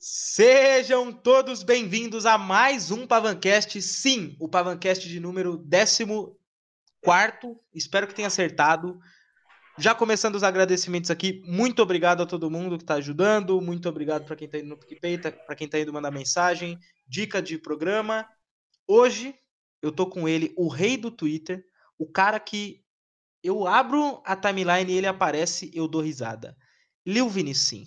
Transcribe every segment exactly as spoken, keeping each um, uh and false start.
Sejam todos bem-vindos a mais um Pavancast. Sim, o Pavancast de número décimo quarto. Espero que tenha acertado. Já começando os agradecimentos aqui, muito obrigado a todo mundo que está ajudando, muito obrigado para quem está indo no PicPay, para quem está indo mandar mensagem, dica de programa. Hoje eu tô com ele, o rei do Twitter, o cara que eu abro a timeline e ele aparece, eu dou risada. Lil Vinicim.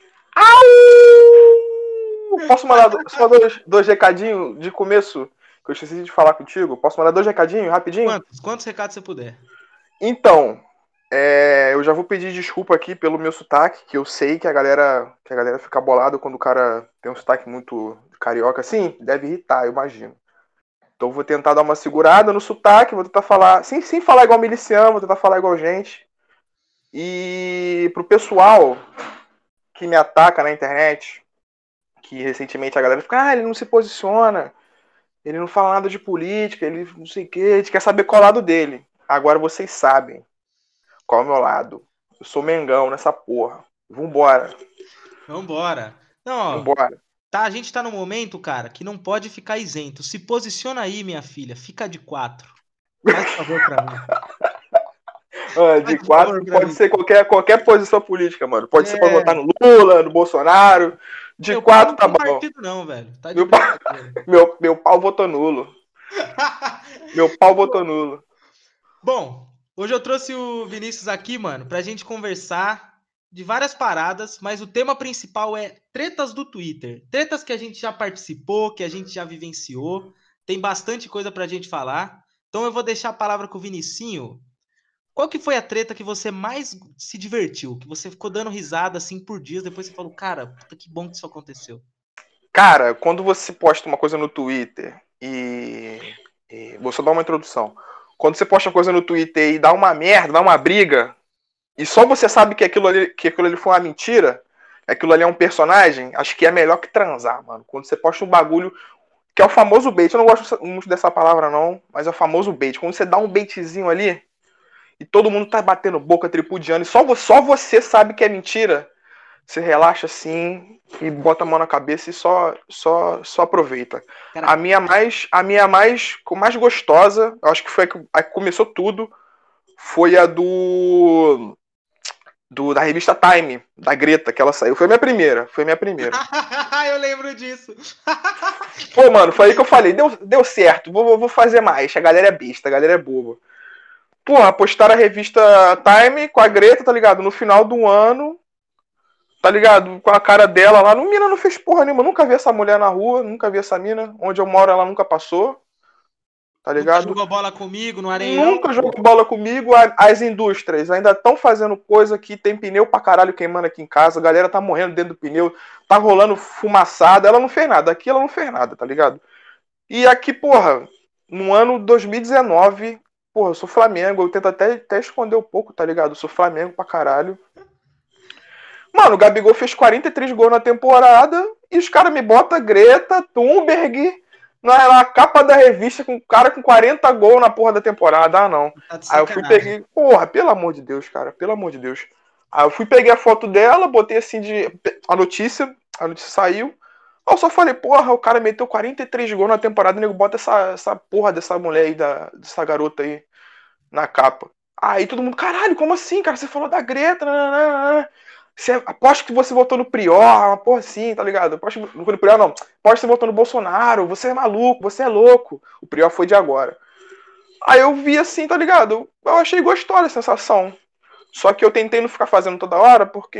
Posso mandar só dois, dois recadinhos de começo? Que eu esqueci de falar contigo. Posso mandar dois recadinhos rapidinho? Quantos? Quantos recados você puder? Então, é, eu já vou pedir desculpa aqui pelo meu sotaque, que eu sei que a galera, que a galera fica bolada quando o cara tem um sotaque muito carioca. Sim, deve irritar, eu imagino. Então eu vou tentar dar uma segurada no sotaque, vou tentar falar, sem, sem falar igual miliciano, vou tentar falar igual gente. E pro pessoal que me ataca na internet, que recentemente a galera fica, ah, ele não se posiciona, ele não fala nada de política, ele não sei o que, a gente quer saber qual é o lado dele. Agora vocês sabem qual é o meu lado. Eu sou Mengão nessa porra. Vambora. Vambora. Não, ó, Vambora. tá, a gente tá num momento, cara, que não pode ficar isento. Se posiciona aí, minha filha, fica de quatro. Faz favor pra mim. Ah, de Faz quatro favor pra pode mim. ser qualquer, qualquer posição política, mano. Pode É. ser pra votar no Lula, no Bolsonaro. De Meu quatro pau tá não tem bom. partido não, velho. Tá de Meu pau, brincadeira. meu, meu pau votou nulo. Meu pau votou nulo. Bom, hoje eu trouxe o Vinícius aqui, mano, pra gente conversar de várias paradas, mas o tema principal é tretas do Twitter. Tretas que a gente já participou, que a gente já vivenciou. Tem bastante coisa pra gente falar. Então eu vou deixar a palavra com o Vinicinho. Qual que foi a treta que você mais se divertiu? Que você ficou dando risada assim por dias, depois você falou, cara, puta que bom que isso aconteceu. Cara, quando você posta uma coisa no Twitter e, e vou só dar uma introdução. Quando você posta uma coisa no Twitter e dá uma merda, dá uma briga, e só você sabe que aquilo ali, que aquilo ali foi uma mentira, aquilo ali é um personagem, acho que é melhor que transar, mano. Quando você posta um bagulho que é o famoso bait, eu não gosto muito dessa palavra não, mas é o famoso bait. Quando você dá um baitzinho ali e todo mundo tá batendo boca, tripudiando, e só, só você sabe que é mentira, você relaxa assim e bota a mão na cabeça e só, só, só aproveita. Cara, A minha mais, a minha mais, mais gostosa, eu acho que foi a que, a que começou tudo, foi a do, do da revista Time, da Greta, que ela saiu. Foi a minha primeira, foi a minha primeira. eu lembro disso. Pô, mano, foi aí que eu falei, deu, deu certo, vou, vou fazer mais. A galera é besta, a galera é boba. Porra, postaram a revista Time com a Greta, tá ligado? No final do ano, tá ligado? Com a cara dela lá. No mina não fez porra nenhuma. Nunca vi essa mulher na rua, nunca vi essa mina. Onde eu moro, ela nunca passou. Tá ligado? Nunca jogou bola comigo no areião. Nunca jogou bola comigo. As indústrias ainda estão fazendo coisa que tem pneu pra caralho queimando aqui em casa. A galera tá morrendo dentro do pneu. Tá rolando fumaçada. Ela não fez nada. Aqui ela não fez nada, tá ligado? E aqui, porra, no ano dois mil e dezenove, porra, eu sou Flamengo. Eu tento até, até esconder um pouco, tá ligado? Eu sou Flamengo pra caralho. Mano, o Gabigol fez quarenta e três gols na temporada e os caras me botam Greta Thunberg na, na capa da revista com o cara com quarenta gols na porra da temporada. Ah, não. Tá de Aí eu fui sacanagem. peguei, porra, pelo amor de Deus, cara, pelo amor de Deus. Aí eu fui peguei a foto dela, botei assim de a notícia, a notícia saiu. Aí eu só falei, porra, o cara meteu quarenta e três gols na temporada, e nego bota essa, essa porra dessa mulher aí, da, dessa garota aí na capa. Aí todo mundo, caralho, como assim, cara? Você falou da Greta, nananana. Você, aposto que você votou no Prior, uma porra assim, tá ligado? Aposto que não foi no Prior, não. Aposto que você votou no Bolsonaro, você é maluco, você é louco. O Prior foi de agora. Aí eu vi assim, tá ligado? Eu achei gostosa a sensação. Só que eu tentei não ficar fazendo toda hora, porque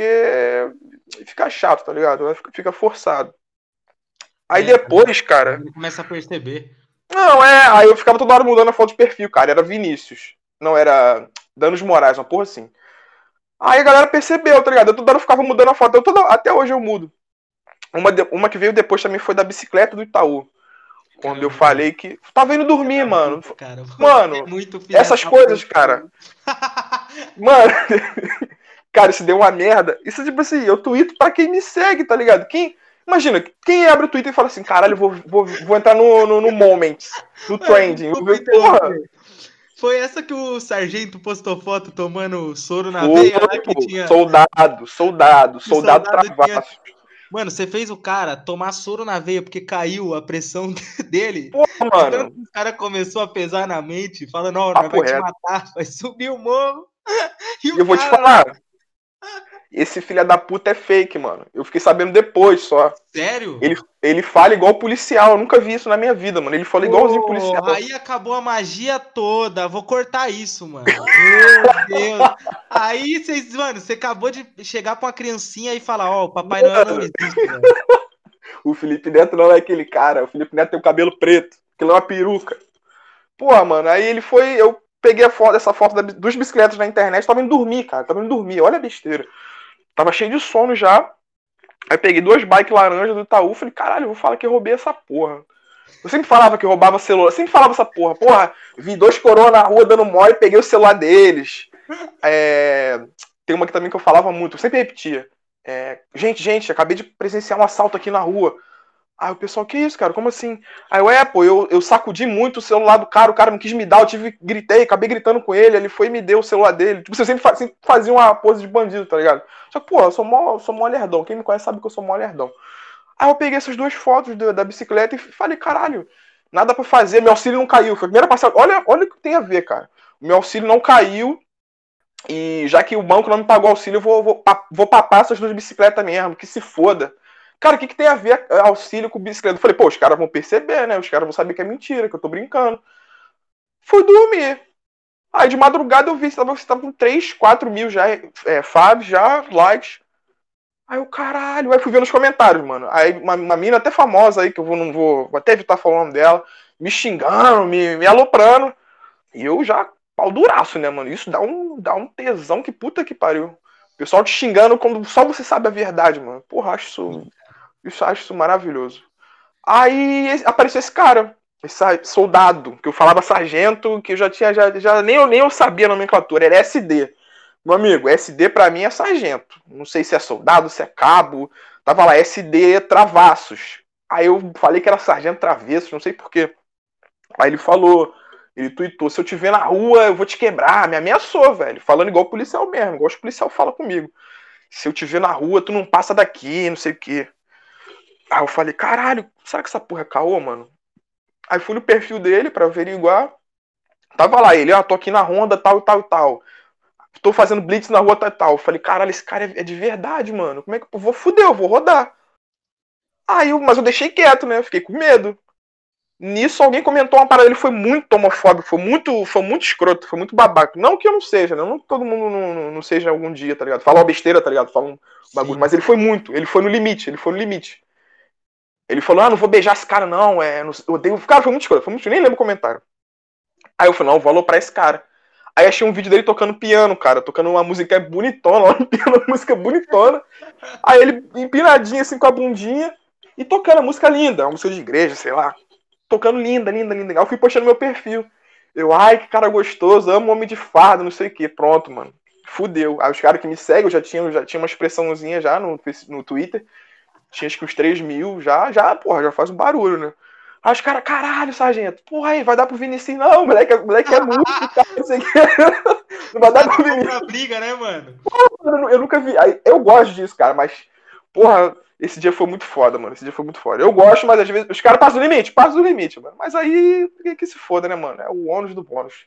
fica chato, tá ligado? Fica forçado. Aí É, depois, cara... Ele começa a perceber. Não, é, aí eu ficava toda hora mudando a foto de perfil, cara. Era Vinícius. Não, era Danos Moraes, uma porra assim. Aí a galera percebeu, tá ligado? Eu toda hora ficava mudando a foto. Eu toda... Até hoje eu mudo. Uma, de... uma que veio depois também foi da bicicleta do Itaú. Quando Caramba. eu falei que... Tava indo dormir, mano. Puta, cara. Mano, é muito essas coisas, cara. Mano... Cara, isso deu uma merda. Isso, tipo assim, eu tweeto pra quem me segue, tá ligado? Quem... Imagina, quem abre o Twitter e fala assim, caralho, vou, vou, vou entrar no, no, no Moments, no Trending. Eu vou, porra... Foi essa que o sargento postou foto tomando soro na Pô, veia lá que tinha... Soldado, soldado, soldado, soldado travasso. Tinha... Mano, você fez o cara tomar soro na veia porque caiu a pressão dele. Pô, mano. Tanto que o cara começou a pesar na mente, falando, ó, nós Papo vai te reto. matar, vai subir o morro. E E o eu vou te cara lá. falar, esse filho da puta é fake, mano. Eu fiquei sabendo depois só. Sério? Ele, ele fala igual policial, eu nunca vi isso na minha vida, mano. Ele fala igualzinho policial. Porra, aí acabou a magia toda. Vou cortar isso, mano. Meu Deus. Aí vocês, mano, você acabou de chegar pra uma criancinha e falar, ó, o Papai Noel não existe, velho. O Felipe Neto não é aquele cara. O Felipe Neto tem o cabelo preto, aquilo é uma peruca. Porra, mano, aí ele foi. Eu peguei a foto, essa foto da, dos bicicletas na internet, tava indo dormir, cara. Tava indo dormir, olha a besteira. Tava cheio de sono já. Aí peguei duas bikes laranja do Itaú. Falei, caralho, eu vou falar que eu roubei essa porra. Eu sempre falava que eu roubava celular. Eu sempre falava essa porra. Porra, vi dois coroa na rua dando mole e peguei o celular deles. É... Tem uma que também que eu falava muito. Eu sempre repetia. É... Gente, gente, acabei de presenciar um assalto aqui na rua. Aí o pessoal, que isso, cara? Como assim? Aí eu, é, pô, eu, eu sacudi muito o celular do cara, o cara não quis me dar, eu tive, gritei, acabei gritando com ele, ele foi e me deu o celular dele. Tipo, você sempre, fa sempre fazia uma pose de bandido, tá ligado? Só que, pô, eu sou mó, sou mó lerdão. Quem me conhece sabe que eu sou mó lerdão. Aí eu peguei essas duas fotos do, da bicicleta e falei, caralho, nada pra fazer, meu auxílio não caiu. Foi a primeira passagem. Olha, olha o que tem a ver, cara. O meu auxílio não caiu. E já que o banco não me pagou auxílio, eu vou, vou, vou papar essas duas bicicletas mesmo, que se foda. Cara, o que, que tem a ver auxílio com bicicleta? Eu falei, pô, os caras vão perceber, né? Os caras vão saber que é mentira, que eu tô brincando. Fui dormir. Aí de madrugada eu vi que você tava com três, quatro mil já, é, faves, já, likes. Aí eu, caralho, aí fui ver nos comentários, mano. Aí uma, uma mina até famosa aí, que eu vou, não vou, vou até evitar falando dela, me xingando, me, me aloprando. E eu já, pau duraço, né, mano? Isso dá um, dá um tesão que puta que pariu. O pessoal te xingando quando só você sabe a verdade, mano. Porra, acho isso, isso, acho isso maravilhoso. Aí apareceu esse cara, esse soldado, que eu falava sargento, que eu já tinha, já, já nem, eu, nem eu sabia a nomenclatura, era S D. Meu amigo, S D pra mim é sargento. Não sei se é soldado, se é cabo. Tava lá, S D Travassos. Aí eu falei que era sargento Travessos, não sei porquê. Aí ele falou, ele tweetou, se eu te ver na rua, eu vou te quebrar. Me ameaçou, velho. Falando igual o policial mesmo, igual os policial fala comigo. Se eu te ver na rua, tu não passa daqui, não sei o quê. Aí eu falei, caralho, será que essa porra é caô, mano? Aí fui no perfil dele pra averiguar. Tava lá ele, ó, ah, tô aqui na Honda, tal, tal, tal. Tô fazendo blitz na rua, tal, tal. Eu falei, caralho, esse cara é de verdade, mano. Como é que eu vou fuder? Eu vou rodar. Aí, eu, mas eu deixei quieto, né? Eu fiquei com medo. Nisso, alguém comentou uma parada, ele foi muito homofóbico, foi muito, foi muito escroto, foi muito babaca. Não que eu não seja, né? Não que todo mundo não, não, não seja algum dia, tá ligado? Fala uma besteira, tá ligado? Fala um bagulho. Sim. Mas ele foi muito, ele foi no limite, ele foi no limite. Ele falou, ah, não vou beijar esse cara, não. É, não eu odeio. Cara, foi muito escroto, foi muito, eu nem lembro o comentário. Aí eu falei, não, vou aloprar esse cara. Aí achei um vídeo dele tocando piano, cara, tocando uma música bonitona, uma música bonitona. Aí ele empinadinho assim com a bundinha e tocando a música linda, uma música de igreja, sei lá. Tocando linda, linda, linda. Aí eu fui postando meu perfil. Eu, ai, que cara gostoso, amo homem de farda, não sei o que. Pronto, mano. Fudeu. Aí os caras que me seguem, eu já tinha, já tinha uma expressãozinha já no, no Twitter. Tinha acho que uns três mil já, já, porra, já faz um barulho, né? Aí os caras, caralho, sargento, porra, aí, vai dar pro Vinicius? Não, moleque, moleque é músico, cara, não sei o que. Não vai dar pro Vinicius. Uma briga, né, mano? Porra, eu, eu nunca vi. Aí, eu gosto disso, cara, mas, porra, esse dia foi muito foda, mano. Esse dia foi muito foda. Eu gosto, mas às vezes os caras passam o limite, passam o limite, mano. Mas aí, que, que se foda, né, mano? É o ônus do bônus.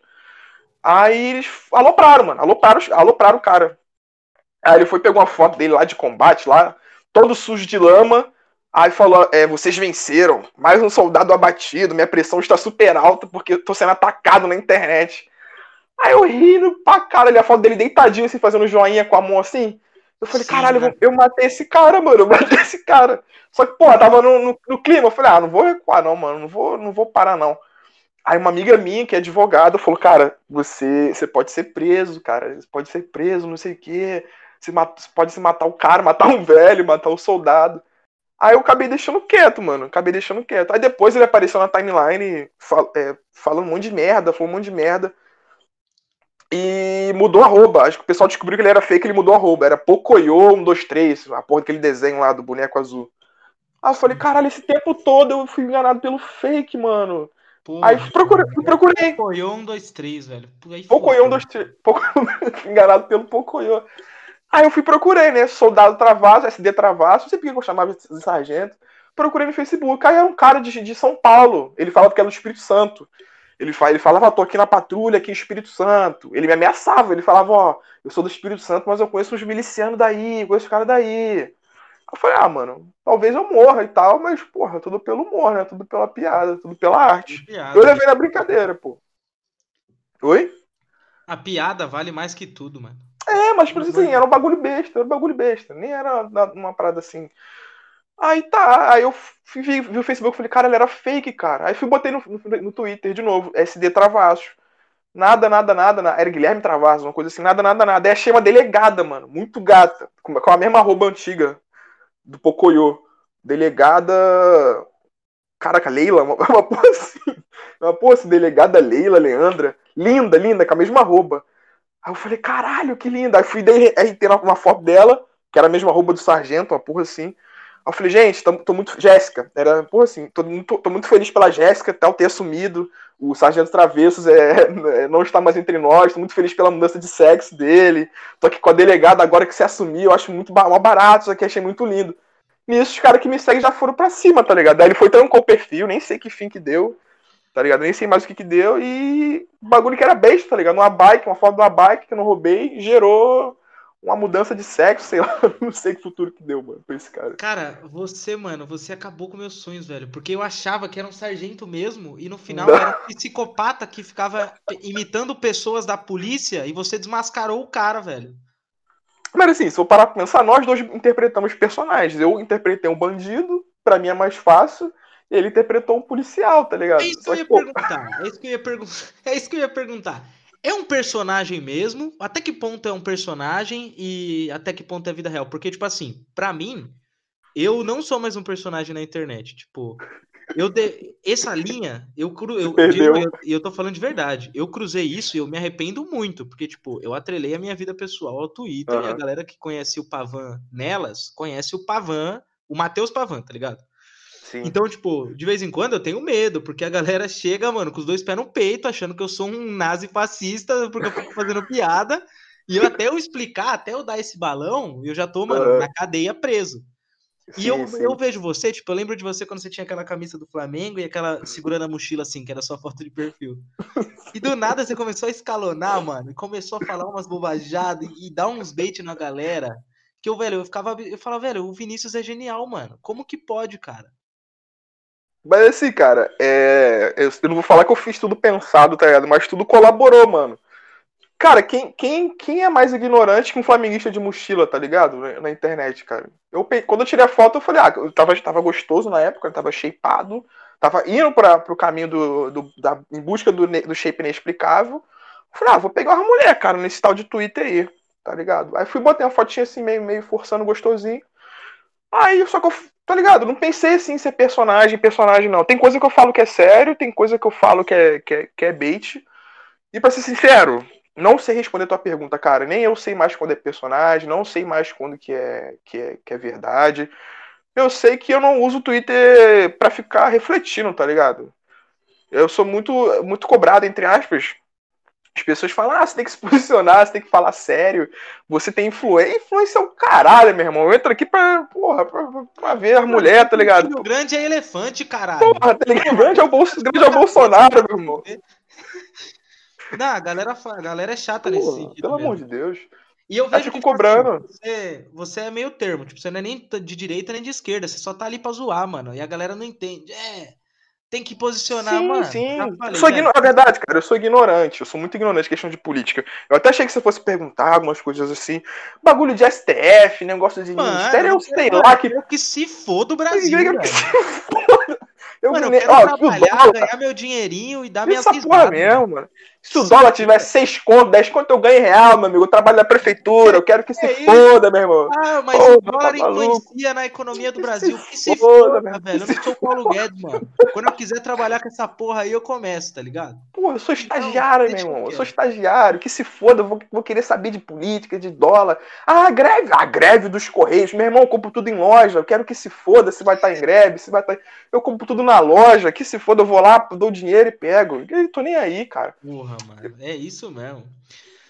Aí eles alopraram, mano. Alopraram, alopraram o cara. Aí ele foi, pegou uma foto dele lá de combate, lá, todo sujo de lama. Aí falou, é, vocês venceram. Mais um soldado abatido. Minha pressão está super alta porque eu tô sendo atacado na internet. Aí eu rindo pra cara. Ali a foto dele deitadinho, assim, fazendo joinha com a mão assim. Eu falei, sim, caralho, né? eu, eu matei esse cara, mano. Eu matei esse cara. Só que, pô, tava no, no, no clima. Eu falei, ah, não vou recuar não, mano. Não vou, não vou parar, não. Aí uma amiga minha, que é advogada, falou, cara, você, você pode ser preso, cara. Você pode ser preso, não sei o quê. Você, mata, você pode se matar o cara, matar um velho, matar um soldado. Aí eu acabei deixando quieto, mano. Acabei deixando quieto. Aí depois ele apareceu na timeline fal, é, falando um monte de merda, falou um monte de merda. E mudou a arroba. Acho que o pessoal descobriu que ele era fake, ele mudou a arroba. Era Pocoyo um dois três, a porra daquele desenho lá do boneco azul. Aí eu falei, caralho, esse tempo todo eu fui enganado pelo fake, mano. Porra, aí fui procurei. Fui procurei. Pocoyo um dois três, velho. Pocoyo um dois três. Enganado pelo Pocoyo. Aí eu fui procurei, né? Soldado Travasso, S D Travasso, não sei por que eu chamava de sargento. Procurei no Facebook. Aí era um cara de, de São Paulo. Ele falava que era do Espírito Santo. Ele, fa- ele falava, tô aqui na patrulha, aqui em Espírito Santo. Ele me ameaçava, ele falava, ó, eu sou do Espírito Santo, mas eu conheço uns milicianos daí, conheço os caras daí. Eu falei, ah, mano, talvez eu morra e tal, mas, porra, tudo pelo humor, né? Tudo pela piada, tudo pela arte. Piada, Eu né? levei na brincadeira, pô. Oi? A piada vale mais que tudo, mano. É, mas Pelo tipo amor assim, de era Deus. um bagulho besta, era um bagulho besta. Nem era na- uma parada assim. Aí tá, aí eu fui, vi, vi o Facebook e falei, cara, ele era fake, cara. Aí fui botei no, no, no Twitter de novo, S D Travassos. Nada, nada, nada, nada. Era Guilherme Travassos, uma coisa assim, nada, nada, nada. Aí achei uma delegada, mano, muito gata, com com a mesma arroba antiga do Pocoyo. Delegada. Caraca, Leila, uma, uma porra assim. Uma porra assim, delegada Leila, Leandra. Linda, linda, com a mesma arroba. Aí eu falei, caralho, que linda. Aí fui dei R T uma foto dela, que era a mesma roupa do sargento, uma porra assim. Aí eu falei, gente, tô, tô muito. Jéssica, era, porra assim, tô, tô, tô muito feliz pela Jéssica tal ter assumido. O Sargento Travessos é, é, não está mais entre nós, tô muito feliz pela mudança de sexo dele. Tô aqui com a delegada agora que se assumiu, eu acho muito ba- barato, isso aqui achei muito lindo. Nisso, os caras que me seguem já foram pra cima, tá ligado? Aí ele foi trancou o perfil, nem sei que fim que deu, tá ligado? Nem sei mais o que que deu. E o bagulho que era besta, tá ligado? Uma bike, uma foto de uma bike que eu não roubei, gerou uma mudança de sexo, sei lá. Não sei que futuro que deu, mano, pra esse cara. Cara, você, mano, você acabou com meus sonhos, velho. Porque eu achava que era um sargento mesmo, e no final era um Não. psicopata que ficava pe- imitando pessoas da polícia e você desmascarou o cara, velho. Mas assim, se eu parar pra pensar, nós dois interpretamos personagens. Eu interpretei um bandido, pra mim é mais fácil, e ele interpretou um policial, tá É ligado? isso que eu Só que, ia pô, perguntar. É isso que eu ia perguntar. É isso que eu ia perguntar. É um personagem mesmo? Até que ponto é um personagem e até que ponto é vida real? Porque, tipo assim, pra mim, eu não sou mais um personagem na internet. Tipo, eu de... essa linha, eu, cru... se eu, de novo, perdeu. eu, eu tô falando de verdade. Eu cruzei isso e eu me arrependo muito, porque, tipo, eu atrelei a minha vida pessoal ao Twitter e a Aham. galera que conhece o Pavan nelas, conhece o Pavan, o Matheus Pavan, tá ligado? Sim. Então, tipo, de vez em quando eu tenho medo, porque a galera chega, mano, com os dois pés no peito, achando que eu sou um nazi fascista, porque eu fico fazendo piada. E eu até eu explicar, até eu dar esse balão, eu já tô, mano, na Aham. cadeia preso. E eu, Sim, eu sim. vejo você, tipo, eu lembro de você quando você tinha aquela camisa do Flamengo e aquela segurando a mochila assim, que era sua foto de perfil. E do nada você começou a escalonar, mano, e começou a falar umas bobajadas e, e dar uns bait na galera. Que eu, velho, eu ficava, eu falava, velho, o Vinícius é genial, mano. Como que pode, cara? Mas assim, cara, é... eu não vou falar que eu fiz tudo pensado, tá ligado? Mas tudo colaborou, mano. Cara, quem, quem, quem é mais ignorante que um flamenguista de mochila, tá ligado? Na, na internet, cara. Eu, pe- quando eu tirei a foto, eu falei, ah, eu tava, tava gostoso na época, eu tava shapeado, tava indo pra, pro caminho do, do, da, em busca do, ne- do shape inexplicável. Eu falei, ah, vou pegar uma mulher, cara, nesse tal de Twitter aí, tá ligado? Aí fui botei uma fotinha assim, meio, meio forçando gostosinho. Aí, só que eu, tá ligado? Não pensei assim em ser personagem, personagem não. Tem coisa que eu falo que é sério, tem coisa que eu falo que é, que é, que é bait. E pra ser sincero, não sei responder a tua pergunta, cara. Nem eu sei mais quando é personagem, não sei mais quando que é, que é, que é verdade. Eu sei que eu não uso o Twitter pra ficar refletindo, tá ligado? Eu sou muito, muito cobrado, entre aspas. As pessoas falam, ah, você tem que se posicionar, você tem que falar sério, você tem influência. Influência é o caralho, meu irmão. Eu entro aqui pra, porra, pra, pra ver as Mano, mulheres, tá ligado? filho grande é elefante, caralho. Porra, tá ligado? Porra, Grande é o, põe Bolso, na grande é sua o cabeça Bolsonaro, pra meu irmão. você. Não, a galera, fa- a galera é chata nesse Porra, sentido pelo amor mesmo. de Deus. E eu Aí vejo que, ficam tipo assim, cobrando. você, você é meio termo. Tipo, você não é nem t- de direita nem de esquerda. Você só tá ali pra zoar, mano. E a galera não entende. É, tem que posicionar, Sim, mano. Já sim. Eu falei, sou velho. igno... Na verdade, cara, eu sou ignorante. Eu sou muito ignorante em questão de política. Eu até achei que você fosse perguntar algumas coisas assim. Bagulho de S T F, negócio de Mano, ministério, eu eu não quero, sei mano, lá eu que. quero que se foda o Eu Brasil, que velho. se foda. Eu... Mano, eu quero Ó, se o trabalhar, dólar. ganhar meu dinheirinho e dar minhas Essa porra risadas, mano. mesmo, mano. Se o Se dólar tiver foda. seis conto, dez conto, eu ganho em real, meu amigo. Eu trabalho na prefeitura, eu quero que se É isso. foda, meu irmão. Ah, mas o Porra, tá dólar maluco? influencia na economia do Que se Brasil. Que se foda, meu foda, irmão. Que velho. Eu se não sou o Paulo Guedes, mano. Quando eu quiser trabalhar com essa porra aí, eu começo, tá ligado? Porra, eu sou Então, estagiário, meu deixa irmão. Eu sou quieto. estagiário. Que se foda, eu vou, vou querer saber de política, de dólar. Ah, greve. A greve dos Correios. Meu irmão, eu compro tudo em loja. Eu quero que se foda se vai estar em greve, se vai estar. Eu compro tudo na loja. Que se foda, eu vou lá, dou dinheiro e pego. Eu tô nem aí, cara. Porra, mano. É isso mesmo.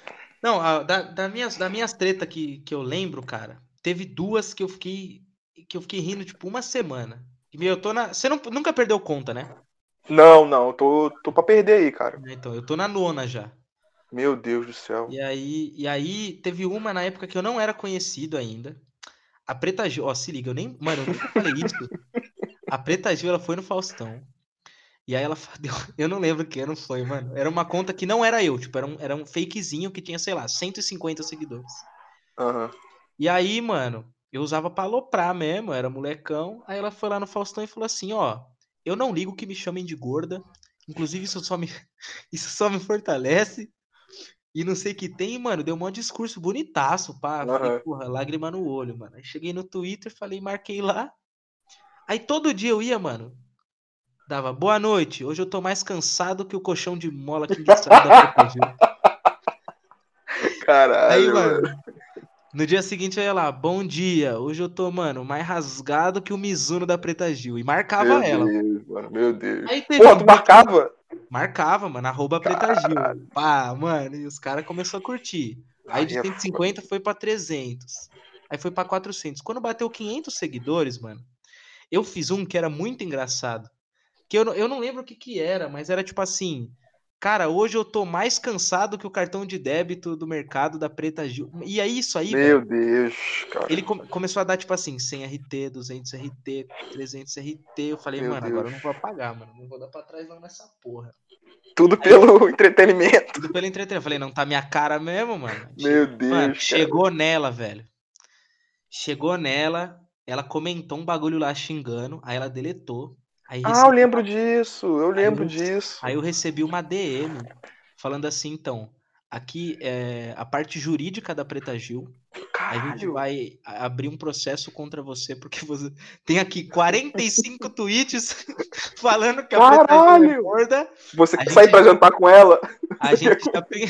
Não, a- da, da minhas, da minhas treta que, que eu lembro, cara, teve duas que eu fiquei que eu fiquei rindo, tipo, uma semana. E, meu, eu tô na. Você não, nunca perdeu conta, né? Não, não, tô, tô pra perder aí, cara. É, então, eu tô na nona já. Meu Deus do céu. E aí, e aí teve uma na época que eu não era conhecido ainda. A Preta Gil, ó, se liga, eu nem. Mano, eu nunca falei isso. A Preta Gil, ela foi no Faustão. E aí ela fa- deu, eu não lembro quem não foi, mano. Era uma conta que não era eu, tipo, era um, era um fakezinho que tinha, sei lá, cento e cinquenta seguidores. Aham. E aí, mano, eu usava pra aloprar mesmo, era molecão. Aí ela foi lá no Faustão e falou assim, ó, eu não ligo que me chamem de gorda. Inclusive, isso só me, isso só me fortalece. E não sei o que tem, mano, deu um monte de discurso bonitaço, pá. Falei, Aham. porra, lágrima no olho, mano. Aí cheguei no Twitter, falei, marquei lá. Aí todo dia eu ia, mano. Dava, boa noite. Hoje eu tô mais cansado que o colchão de mola que enguiçado da Preta Gil. Aí, Caralho, mano, mano. no dia seguinte eu ia lá, bom dia. Hoje eu tô, mano, mais rasgado que o Mizuno da Preta Gil. E Meu marcava ela. Deus, mano. Meu Deus. Aí teve Porra, um tu dia que marcava? marcava, mano, arroba Preta Gil. Caralho. Pá, mano, e os caras começaram a curtir. Aí de Aí é cento e foda. cinquenta foi pra trezentos. Aí foi pra quatrocentos. Quando bateu quinhentos seguidores, mano, eu fiz um que era muito engraçado. Que eu, não- eu não lembro o que que era, mas era tipo assim, cara, hoje eu tô mais cansado que o cartão de débito do mercado da Preta Gil. E é isso aí, velho. Meu Deus, cara. Ele come- começou a dar tipo assim, cem R T, duzentos R T, trezentos R T. Eu falei, Meu mano, agora Deus. eu não vou apagar, mano. Não vou dar pra trás não nessa porra. Tudo Aí, pelo entretenimento. tudo pelo entretenimento. Eu falei, não tá minha cara mesmo, mano. Che- Meu Mano, Deus, cara. chegou nela, velho. Chegou nela, ela comentou um bagulho lá xingando, aí ela deletou. Aí Ah, eu recebi lembro disso. Eu Aí eu, lembro rece- disso. aí eu recebi uma D M falando assim, então, aqui é a parte jurídica da Preta Gil, a gente Caralho. vai a- abrir um processo contra você, porque você tem aqui quarenta e cinco tweets falando que a Preta Gil é Caralho. gorda, Você a quer sair gente pra já, jantar com ela? a gente já, pin-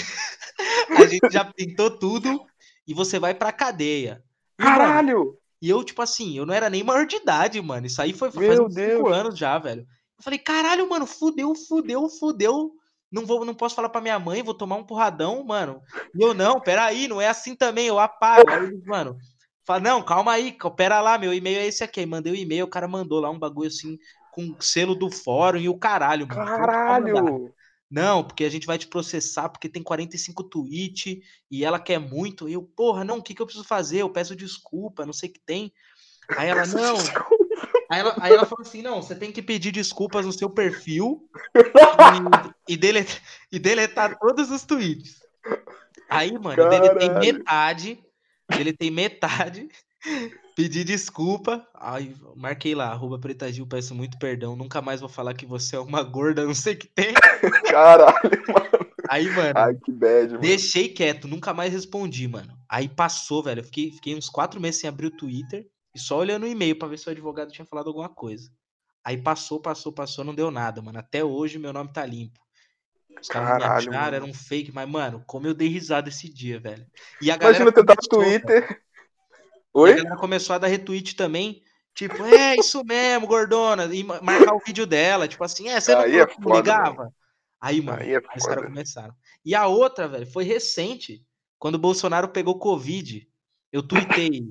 a gente já pintou tudo e você vai pra cadeia. E, mano, Caralho. e eu, tipo assim, eu não era nem maior de idade, mano. Isso aí foi faz Meu uns cinco Deus. anos já, velho. Eu falei, caralho, mano, fudeu, fudeu, fudeu. Não vou, não posso falar pra minha mãe, vou tomar um porradão, mano. E eu, não, peraí, não é assim também, eu apago. Aí eles, mano, fala, não, calma aí, cal- pera lá, meu e-mail é esse aqui. Aí mandei o e-mail, o cara mandou lá um bagulho assim, com selo do fórum e o caralho, mano. Pronto pra mandar. Caralho. Não, porque a gente vai te processar, porque tem quarenta e cinco tweets e ela quer muito. E eu, porra, não, o que, que eu preciso fazer? Eu peço desculpa, não sei o que tem. Aí ela, Peço não. desculpa. Aí ela, aí ela falou assim: não, você tem que pedir desculpas no seu perfil e, e, deletar, e deletar todos os tweets. Aí, mano, eu deletei Caralho. metade, deletei metade, pedi desculpa. Aí, marquei lá, arroba Preta Gil, peço muito perdão. Nunca mais vou falar que você é uma gorda, não sei o que tem. Caralho, mano. Aí, Ai, mano, que bad, mano. deixei quieto, nunca mais respondi, mano. Aí passou, velho. Eu fiquei, fiquei uns quatro meses sem abrir o Twitter e só olhando o e-mail pra ver se o advogado tinha falado alguma coisa. Aí passou, passou, passou, não deu nada, mano. Até hoje meu nome tá limpo. Os caras não me Caralho, acharam, era mano. um fake, mas, mano, como eu dei risada esse dia, velho. E a galera Imagina eu tentar no começou, velho. Twitter. E a Oi? galera começou a dar retweet também. Tipo, é isso mesmo, gordona. E ma- marcar o vídeo dela. Tipo assim, é, você não Aí é falou que não foda, mano. ligava? Aí, mano, Aí é aí os caras foda. começaram. E a outra, velho, foi recente. Quando o Bolsonaro pegou Covid. Eu tuitei.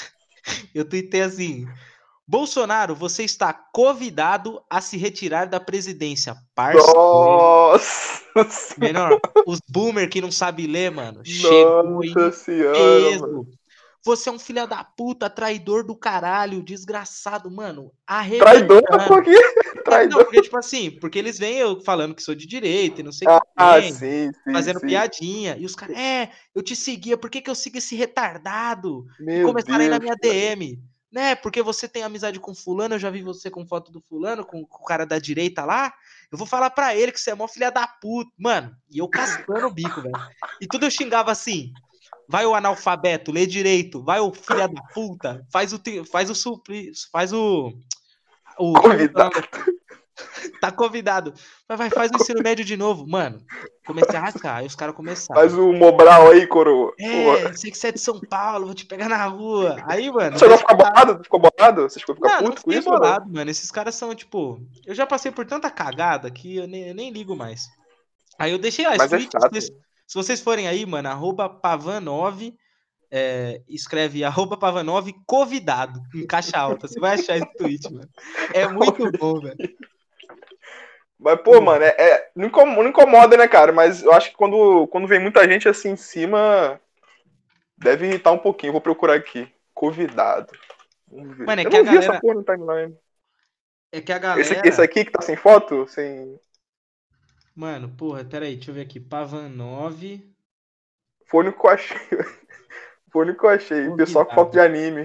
Eu tuitei assim. Bolsonaro, você está convidado a se retirar da presidência, parceiro. Nossa. Menor, os boomer que não sabe ler, mano, chegou Nossa em senhora, mano. peso. Você é um filho da puta, traidor do caralho, desgraçado, mano, Traidor? Por arrebentando. quê? É, não, Traidor. porque, tipo assim, porque eles vêm eu falando que sou de direita e não sei o que Ah, tem, sim, sim, fazendo sim. piadinha. E os caras, é, eu te seguia, por que, que eu sigo esse retardado? E Meu começaram a ir na Deus, minha cara. D M, né? Porque você tem amizade com fulano, eu já vi você com foto do fulano, com, com o cara da direita lá. Eu vou falar pra ele que você é mó filha da puta. Mano, e eu cascando o bico, velho. E tudo eu xingava assim. Vai o analfabeto, lê direito. Vai o filha da puta, faz o, te- faz o supli, faz o, o, como que é o nome? Convidado. Tá convidado. Vai, vai, faz o ensino médio de novo. Mano, comecei a rascar. Aí os caras Faz começaram. o Mobral aí, coroa. Porra. É, sei que você é de São Paulo, vou te pegar na rua. Aí, mano, Chegou a deixa ficar eu dar. bolado? Ficou bolado? Você chegou a ficar Não, não puto com fiquei isso ou não? bolado, mano. Esses caras são, tipo. Eu já passei por tanta cagada que eu nem, eu nem ligo mais. Aí eu deixei lá, esse Mas é tweet, chato. vocês, Se vocês forem aí, mano, arroba pavan nove, é, escreve arroba pavan nove convidado, em caixa alta. Você vai achar esse tweet, mano. É muito bom, velho. Mas, pô, mano, é, é, não, incomoda, não incomoda, né, cara? Mas eu acho que quando, quando vem muita gente assim em cima, deve irritar um pouquinho. Vou procurar aqui. Convidado. Vamos ver. Mano, é Eu que a não vi essa galera. porra no timeline. É que a Esse, aqui- esse galera. aqui que tá sem foto? Sem. Mano, porra, peraí, deixa eu ver aqui. Pavan nove. Foi o único que eu achei. Foi o único que eu achei. O pessoal com foto de Convidado. anime.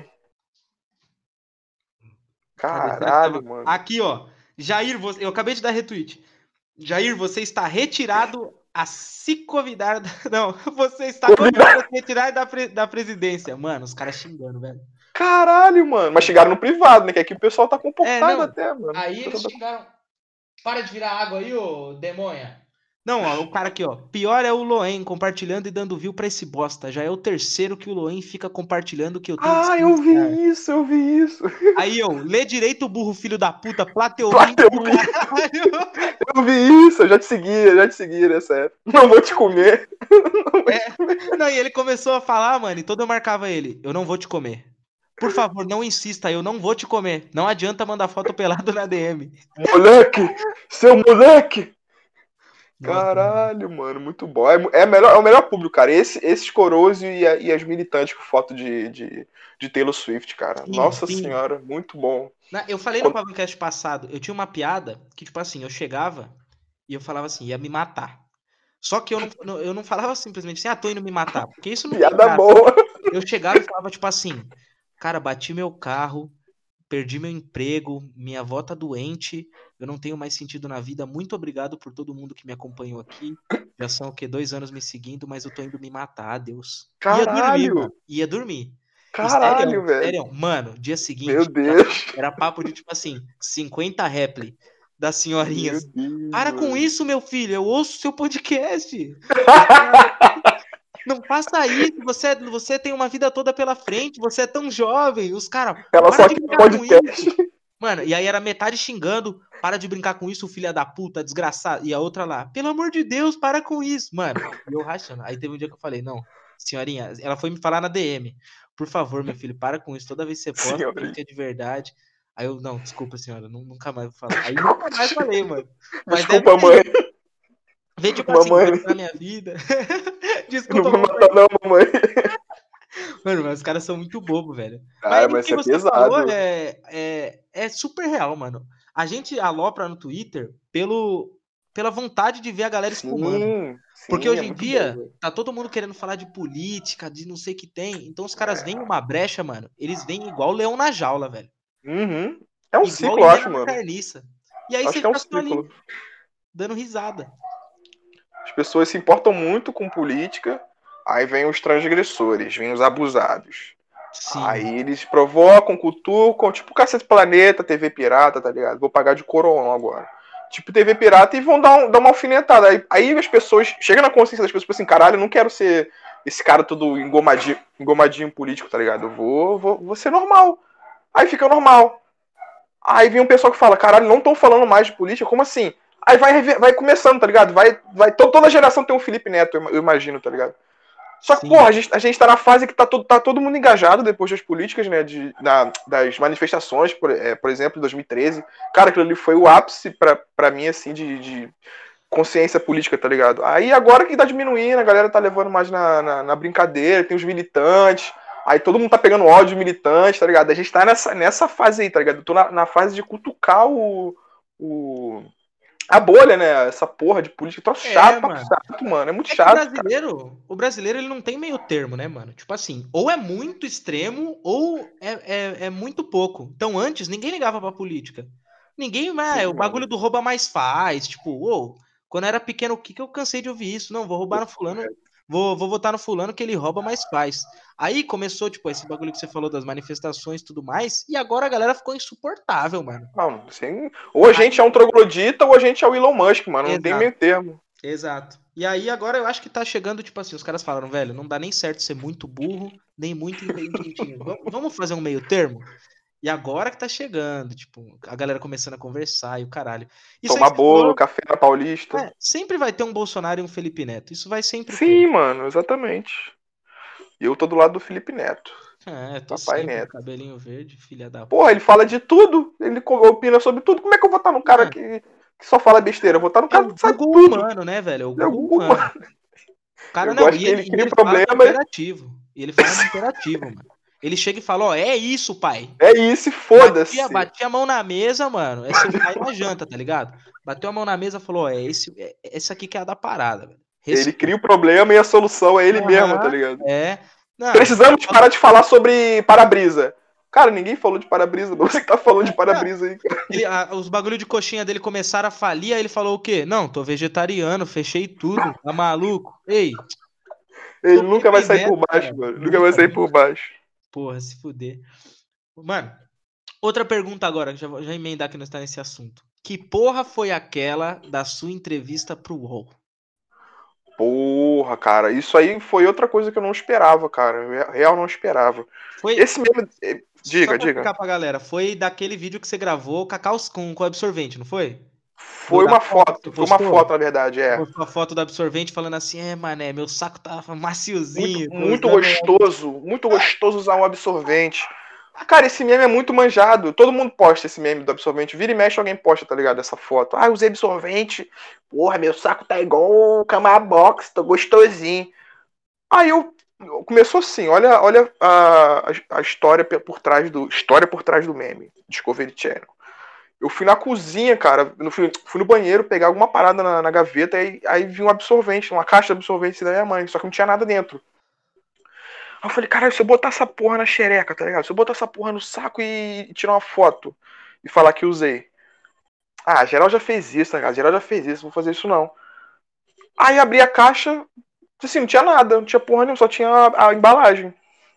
Cadê? Será que tava. Caralho, mano. Aqui, ó. Jair, você... eu acabei de dar retweet. Jair, você está retirado a se convidar. Da... Não, você está convidado a se retirar da, pre... da presidência. Mano, os caras xingando, velho. Caralho, mano. Mas chegaram no privado, né? Que aqui o pessoal tá comportado É, não. até, mano. Aí eles tá... xingaram. Para de virar água aí, ô demonha. Não, ó, o cara aqui, ó. Pior é o Loen compartilhando e dando view pra esse bosta. Já é o terceiro que o Loen fica compartilhando que eu tenho que Ah, eu silenciar. vi isso, eu vi isso. Aí, ó, lê direito, burro, filho da puta, Plateumin. Plateumin. Eu vi isso, eu já te segui, eu já te segui nessa época. Não vou te comer. É. Não, e ele começou a falar, mano, e todo eu marcava ele. Eu não vou te comer. Por favor, não insista, eu não vou te comer. Não adianta mandar foto pelado na D M. Moleque! Seu moleque! Nossa, Caralho, mano, muito bom. É, é, melhor, é o melhor público, cara. Esse, esses coroas e, a, e as militantes com foto de, de, de Taylor Swift, cara. sim, Nossa sim. senhora, muito bom. Eu falei no podcast passado, eu tinha uma piada que, tipo assim, eu chegava e eu falava assim, ia me matar. Só que eu não, eu não falava simplesmente assim, ah, tô indo me matar. Porque isso não Piada tem graça. boa. Eu chegava e falava, tipo assim, cara, bati meu carro, perdi meu emprego, minha avó tá doente, eu não tenho mais sentido na vida. Muito obrigado por todo mundo que me acompanhou aqui. Já são o quê? Dois anos me seguindo, mas eu tô indo me matar, adeus. Ia dormir, mano. Caralho! Ia dormir. E Caralho, sério, velho. sério, mano, dia Meu seguinte, era, Deus. era papo de, tipo assim, cinquenta repli das Meu senhorinhas. Deus. Para com mano. isso, meu filho, eu ouço seu podcast. Não faça isso, você, você tem uma vida toda pela frente, você é tão jovem. Os caras, Ela para só de quer brincar com podcast. isso. Mano, e aí era metade xingando, para de brincar com isso, filha da puta, desgraçado. E a outra lá, pelo amor de Deus, para com isso. Mano, e eu rachando. Aí teve um dia que eu falei, não, senhorinha, ela foi me falar na D M. Por favor, meu filho, para com isso. Toda vez que você posta, Senhorinha. tem que ser de verdade. Aí eu, não, desculpa, senhora, nunca mais vou falar. Aí nunca mais falei, mano. Mas Desculpa, mãe. Vê, tipo mamãe. assim, vai minha vida. Desculpa, não vou matar não, mamãe. Mano, mas os caras são muito bobos, velho. Cara, Mas mas o que isso é você pesado. falou é, é, é super real, mano. A gente alopra no Twitter pelo, pela vontade de ver a galera espumando. Sim, Porque sim, hoje é em muito dia, bom, velho. tá todo mundo querendo falar de política, de não sei o que tem. Então os caras veem uma brecha, mano. Eles vêm igual o leão na jaula, velho. Uhum. É um Igual ciclo, eu acho, hiena na mano. carniça. E aí Acho você que é um fica só ali, ciclo. dando risada. As pessoas se importam muito com política, aí vem os transgressores, vem os abusados. Sim. Aí eles provocam, cutucam, tipo Cacete Planeta, T V Pirata, tá ligado? Vou pagar de coroão agora. Tipo T V Pirata e vão dar, um, dar uma alfinetada. Aí, aí as pessoas, chega na consciência das pessoas, tipo assim, caralho, eu não quero ser esse cara todo engomadinho, engomadinho político, tá ligado? Eu vou, vou, vou ser normal. Aí fica normal. Aí vem um pessoal que fala, caralho, não estão falando mais de política, como assim? Aí vai, vai começando, tá ligado? Vai, vai, toda geração tem um Felipe Neto, eu imagino, tá ligado? Só que, Sim. porra, a gente, a gente tá na fase que tá todo, tá todo mundo engajado depois das políticas, né? De, da, das manifestações, por, é, por exemplo, em dois mil e treze. Cara, aquilo ali foi o ápice pra, pra mim, assim, de, de consciência política, tá ligado? Aí agora que tá diminuindo, a galera tá levando mais na, na, na brincadeira, tem os militantes. Aí todo mundo tá pegando ódio militante, tá ligado? A gente tá nessa, nessa fase aí, tá ligado? Eu tô na, na fase de cutucar o, o. A bolha, né? Essa porra de política. Tô chato, é, mano. chato, mano. É muito é chato. O brasileiro, cara. o brasileiro, ele não tem meio termo, né, mano? Tipo assim, ou é muito extremo, ou é, é, é muito pouco. Então, antes, ninguém ligava pra política. Ninguém, mas é o bagulho do rouba mais faz. Tipo, ô, quando eu era pequeno, o que que eu cansei de ouvir isso? Não, vou roubar no fulano. Vou, vou votar no fulano que ele rouba, mas faz. Aí começou, tipo, esse bagulho que você falou das manifestações e tudo mais, e agora a galera ficou insuportável, mano. Não, assim, ou a gente aí... é um troglodita ou a gente é o Elon Musk, mano. Exato. Não tem meio termo. Exato. E aí agora eu acho que tá chegando, tipo assim, os caras falaram, velho, não dá nem certo ser muito burro, nem muito inteligentinho. vamos, vamos fazer um meio termo? E agora que tá chegando, tipo, a galera começando a conversar e o caralho. Isso Tomar aí que você bolo, falou, café na Paulista. é, sempre vai ter um Bolsonaro e um Felipe Neto. Isso vai sempre Sim, ter. mano, exatamente. E eu tô do lado do Felipe Neto. É, tô Papai sempre, Neto. cabelinho verde, filha da Porra, puta. ele fala de tudo. Ele co- opina sobre tudo. Como é que eu vou votar num cara Mano, que, que só fala besteira? Eu vou votar num é cara o que sabe Google tudo. humano, né, velho? É o Ele é o Google Google, humano. mano. O cara Eu não, gosto e que ele, ele e cria ele fala no problema. imperativo. E ele fala no imperativo, mano. Ele chega e fala, ó, é isso, pai. É isso, e Batia, foda-se. batia a mão na mesa, mano. É seu pai na janta, tá ligado? Bateu a mão na mesa e falou, ó, é esse, é, esse aqui que é a da parada, velho. Ele cria Respeita. o problema e a solução é ele mesmo, tá Aham, ligado? é. Não, Precisamos parar de falar sobre para-brisa. Cara, ninguém falou de para-brisa. Você que tá falando de para-brisa aí, cara. ele, a- os bagulho de coxinha dele começaram a falir, aí ele falou o quê? Não, tô vegetariano, fechei tudo. Tá maluco? Ei, Ele sou nunca vai Felipe sair por Neto, baixo, cara. mano. Nunca vai Nunca, sair por nunca. baixo. Porra, se fuder. Mano, outra pergunta agora, já, vou- já emendar que nós tá nesse assunto. Que porra foi aquela da sua entrevista pro U O L? Porra, cara, isso aí foi outra coisa que eu não esperava, cara. Real não esperava. Foi, Esse mesmo. eh, só Diga, pra diga. explicar pra galera, foi daquele vídeo que você gravou cacau com, com absorvente, não foi? Do, Foi da uma foto que você foto, foi uma postou? foto, na verdade, Você é. postou a foto do absorvente falando assim, é, mané, meu saco tava Muito, maciozinho, tô muito usando um gostoso, muito gostoso usar um absorvente. Cara, esse meme é muito manjado. Todo mundo posta esse meme do absorvente. Vira e mexe, alguém posta, tá ligado? Essa foto. Ah, usei absorvente. Porra, meu saco tá igual um Camar Box, tô gostosinho. Aí eu. Começou assim, olha, olha a, a, a história por trás do. História por trás do meme. Discovery Channel. Eu fui na cozinha, cara. Eu fui, fui no banheiro pegar alguma parada na, na gaveta. Aí, aí vi um absorvente, uma caixa de absorvente da minha mãe. Só que não tinha nada dentro. Aí eu falei, caralho, se eu botar essa porra na xereca, tá ligado? Se eu botar essa porra no saco e, e tirar uma foto e falar que usei. Ah, geral já fez isso, tá ligado? Geral já fez isso, não vou fazer isso não. Aí abri a caixa, assim, não tinha nada, não tinha porra nenhuma, só tinha a, a embalagem.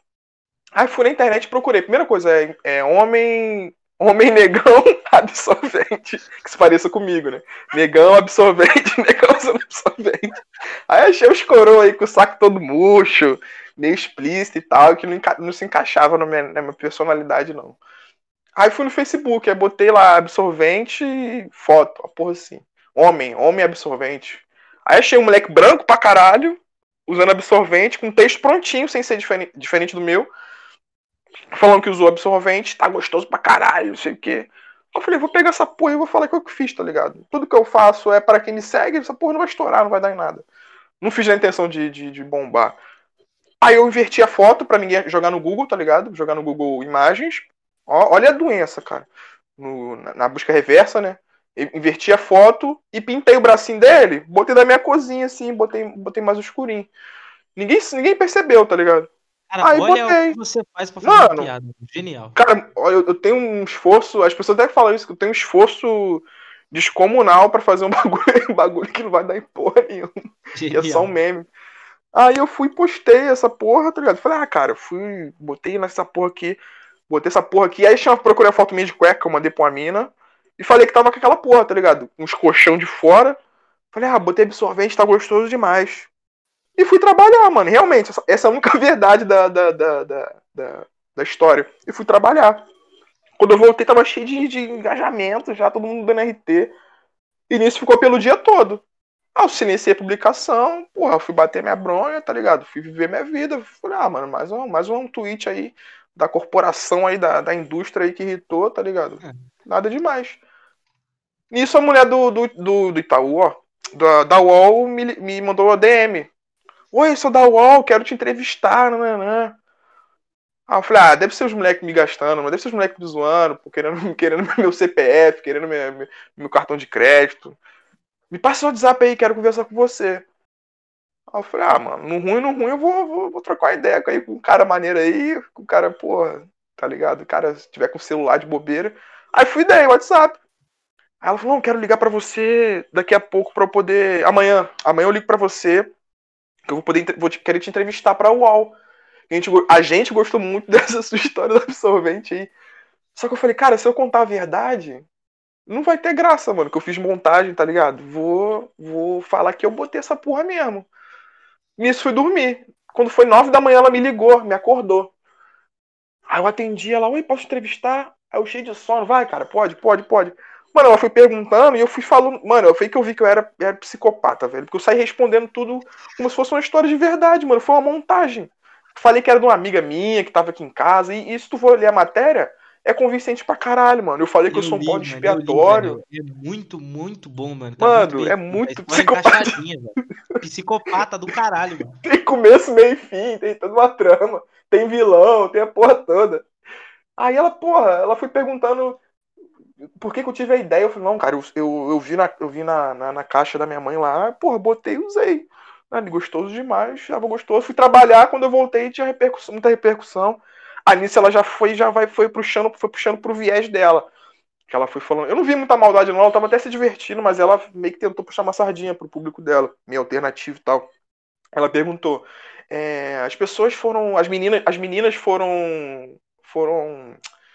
Aí fui na internet e procurei. Primeira coisa é, é homem. Homem negão absorvente. Que se pareça comigo, né? Negão absorvente, negão absorvente. Aí achei os coroa aí com o saco todo murcho, meio explícito e tal, que não, enca... não se encaixava na minha, na minha personalidade, não. Aí fui no Facebook, aí botei lá absorvente e foto, a porra assim. Homem, homem absorvente. Aí achei um moleque branco pra caralho, usando absorvente, com texto prontinho, sem ser diferente, diferente do meu. Falando que usou absorvente, tá gostoso pra caralho, não sei o quê. Eu falei, vou pegar essa porra e vou falar que eu que fiz, tá ligado? Tudo que eu faço é para quem me segue, essa porra não vai estourar, não vai dar em nada. Não fiz na intenção de, de, de bombar. Aí eu inverti a foto pra ninguém jogar no Google, tá ligado? Jogar no Google Imagens. Ó, olha a doença, cara. No, na, na busca reversa, né? Eu inverti a foto e pintei o bracinho dele, botei da minha cozinha assim, botei, botei mais escurinho. Ninguém, ninguém percebeu, tá ligado? Cara, Aí olha o que botei. você faz pra fazer uma Mano, piada. Genial. cara, eu, eu tenho um esforço, as pessoas até falam isso, que eu tenho um esforço descomunal pra fazer um bagulho, um bagulho que não vai dar em porra nenhuma, que é só um Genial. meme. Aí eu fui e postei essa porra, tá ligado? Falei, ah, cara, eu fui, botei nessa porra aqui, botei essa porra aqui, aí chama, procurei a foto minha de cueca que eu mandei pra uma mina, e falei que tava com aquela porra, tá ligado? Uns colchão de fora. Falei, ah, botei absorvente, tá gostoso demais. E fui trabalhar, mano. Realmente, essa, essa é a única verdade da, da, da, da, da, da história. E fui trabalhar. Quando eu voltei, tava cheio de, de engajamento já, todo mundo dando R T. E nisso ficou pelo dia todo. Ah, eu silenciei a publicação, porra, eu fui bater minha bronha, tá ligado? Fui viver minha vida. Falei, ah, mano, mais um, mais um tweet aí da corporação aí, da, da indústria aí que irritou, tá ligado? É. Nada demais. Nisso a mulher do, do, do, do Itaú, ó, da, da U O L me, me mandou a D M. Oi, sou da U O L, quero te entrevistar, nananã. Ah, eu falei, ah, deve ser os moleques me gastando, mas deve ser os moleques me zoando, querendo, querendo meu C P F, querendo meu, meu, meu cartão de crédito. Me passa o WhatsApp aí, quero conversar com você. Aí eu falei, ah, mano, no ruim, no ruim eu vou, vou, vou trocar uma ideia aí com um cara maneiro aí, com um cara, porra, tá ligado? O cara, se tiver com celular de bobeira. Aí fui daí, WhatsApp. Aí ela falou, não, quero ligar pra você daqui a pouco pra eu poder. Amanhã. Amanhã eu ligo pra você, que eu vou poder vou te, querer te entrevistar pra U O L. A gente, a gente gostou muito dessa sua história do absorvente aí. Só que eu falei, cara, se eu contar a verdade, não vai ter graça, mano, que eu fiz montagem, tá ligado? Vou, vou falar que eu botei essa porra mesmo. Nisso fui dormir. Quando foi nove da manhã, ela me ligou, me acordou. Aí eu atendi ela, oi, posso entrevistar? Aí eu cheio de sono, vai, cara, pode, pode, pode. Mano, ela foi perguntando e eu fui falando. Mano, eu falei que eu vi que eu era, era psicopata, velho. Porque eu saí respondendo tudo como se fosse uma história de verdade, mano. Foi uma montagem. Falei que era de uma amiga minha que tava aqui em casa. E, e se tu for ler a matéria, é convincente pra caralho, mano. Eu falei que eu Eu sou um li, bode mano, eu li, expiatório. velho. É muito, muito bom, mano. Tá muito Mano, bem é escrito. A muito história é psicopata. encaixadinha, velho. Psicopata do caralho, mano. Tem começo, meio e fim, tem toda uma trama. Tem vilão, tem a porra toda. Aí ela, porra, ela foi perguntando por que, que eu tive a ideia. Eu falei, não, cara, eu, eu, eu vi, na, eu vi na, na, na caixa da minha mãe lá, porra, botei e usei. Ah, gostoso demais, estava gostoso. Fui trabalhar, quando eu voltei tinha repercussão, muita repercussão. A Nice, ela já foi, já vai, foi puxando, foi puxando pro viés dela. Que ela foi falando. Eu não vi muita maldade, não, ela tava até se divertindo, mas ela meio que tentou puxar uma sardinha pro público dela, meio alternativo e tal. Ela perguntou. É, as pessoas foram. As meninas, as meninas foram. Foram.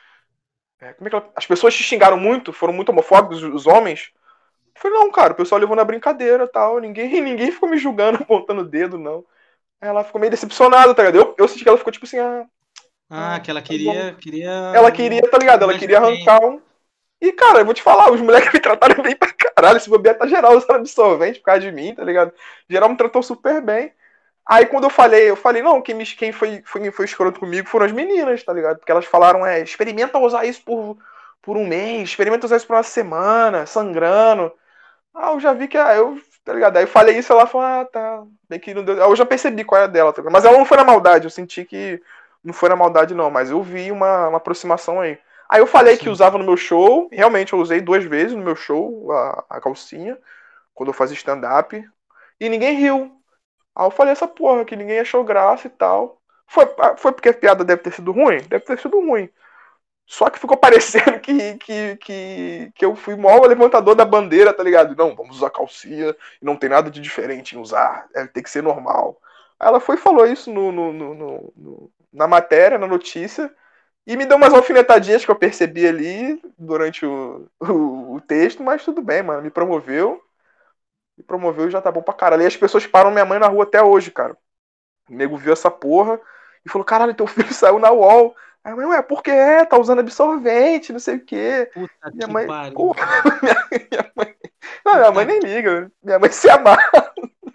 É, como é que ela, as pessoas te xingaram muito, foram muito homofóbicos, os, os homens. Eu falei, não, cara, o pessoal levou na brincadeira e tal. Ninguém, ninguém ficou me julgando, apontando o dedo, não. Ela ficou meio decepcionada, tá ligado? Eu, eu senti que ela ficou tipo assim, ah. Ah, ah que ela tá bom. queria, queria Ela queria, tá ligado? Ela queria arrancar um. E, cara, eu vou te falar, os moleques me trataram bem pra caralho. Esse bobear tá geral usando absorvente por causa de mim, tá ligado? Geral me tratou super bem. Aí quando eu falei, eu falei, não, quem, me, quem foi, foi, foi escroto comigo foram as meninas, tá ligado? Porque elas falaram, é, experimenta usar isso por, por um mês, experimenta usar isso por uma semana, sangrando. Ah, eu já vi que, ah, eu, tá ligado? Aí eu falei isso, ela falou, ah, tá, bem que não deu. Eu já percebi qual era dela, tá ligado? Mas ela não foi na maldade, eu senti que não foi na maldade não, mas eu vi uma, uma aproximação aí. Aí eu falei que Sim. usava no meu show, realmente eu usei duas vezes no meu show a, a calcinha, quando eu fazia stand-up, e ninguém riu. Aí eu falei essa porra, que ninguém achou graça e tal. Foi, foi porque a piada deve ter sido ruim? Deve ter sido ruim. Só que ficou parecendo que, que, que, que eu fui o maior levantador da bandeira, tá ligado? Não, vamos usar calcinha, não tem nada de diferente em usar, deve ter que ser normal. Aí ela foi e falou isso no, no, no, no, na matéria, na notícia, e me deu umas alfinetadinhas que eu percebi ali durante o, o, o texto, mas tudo bem, mano, me promoveu. Me promoveu e já tá bom pra caralho. E as pessoas param minha mãe na rua até hoje, cara. O nego viu essa porra e falou: caralho, teu filho saiu na UOL. Aí a mãe, ué, por que é? Tá usando absorvente, não sei o quê. Puta Minha que mãe, pariu. porra, minha, minha mãe. Não, minha mãe Puta nem liga. Minha mãe se amarra.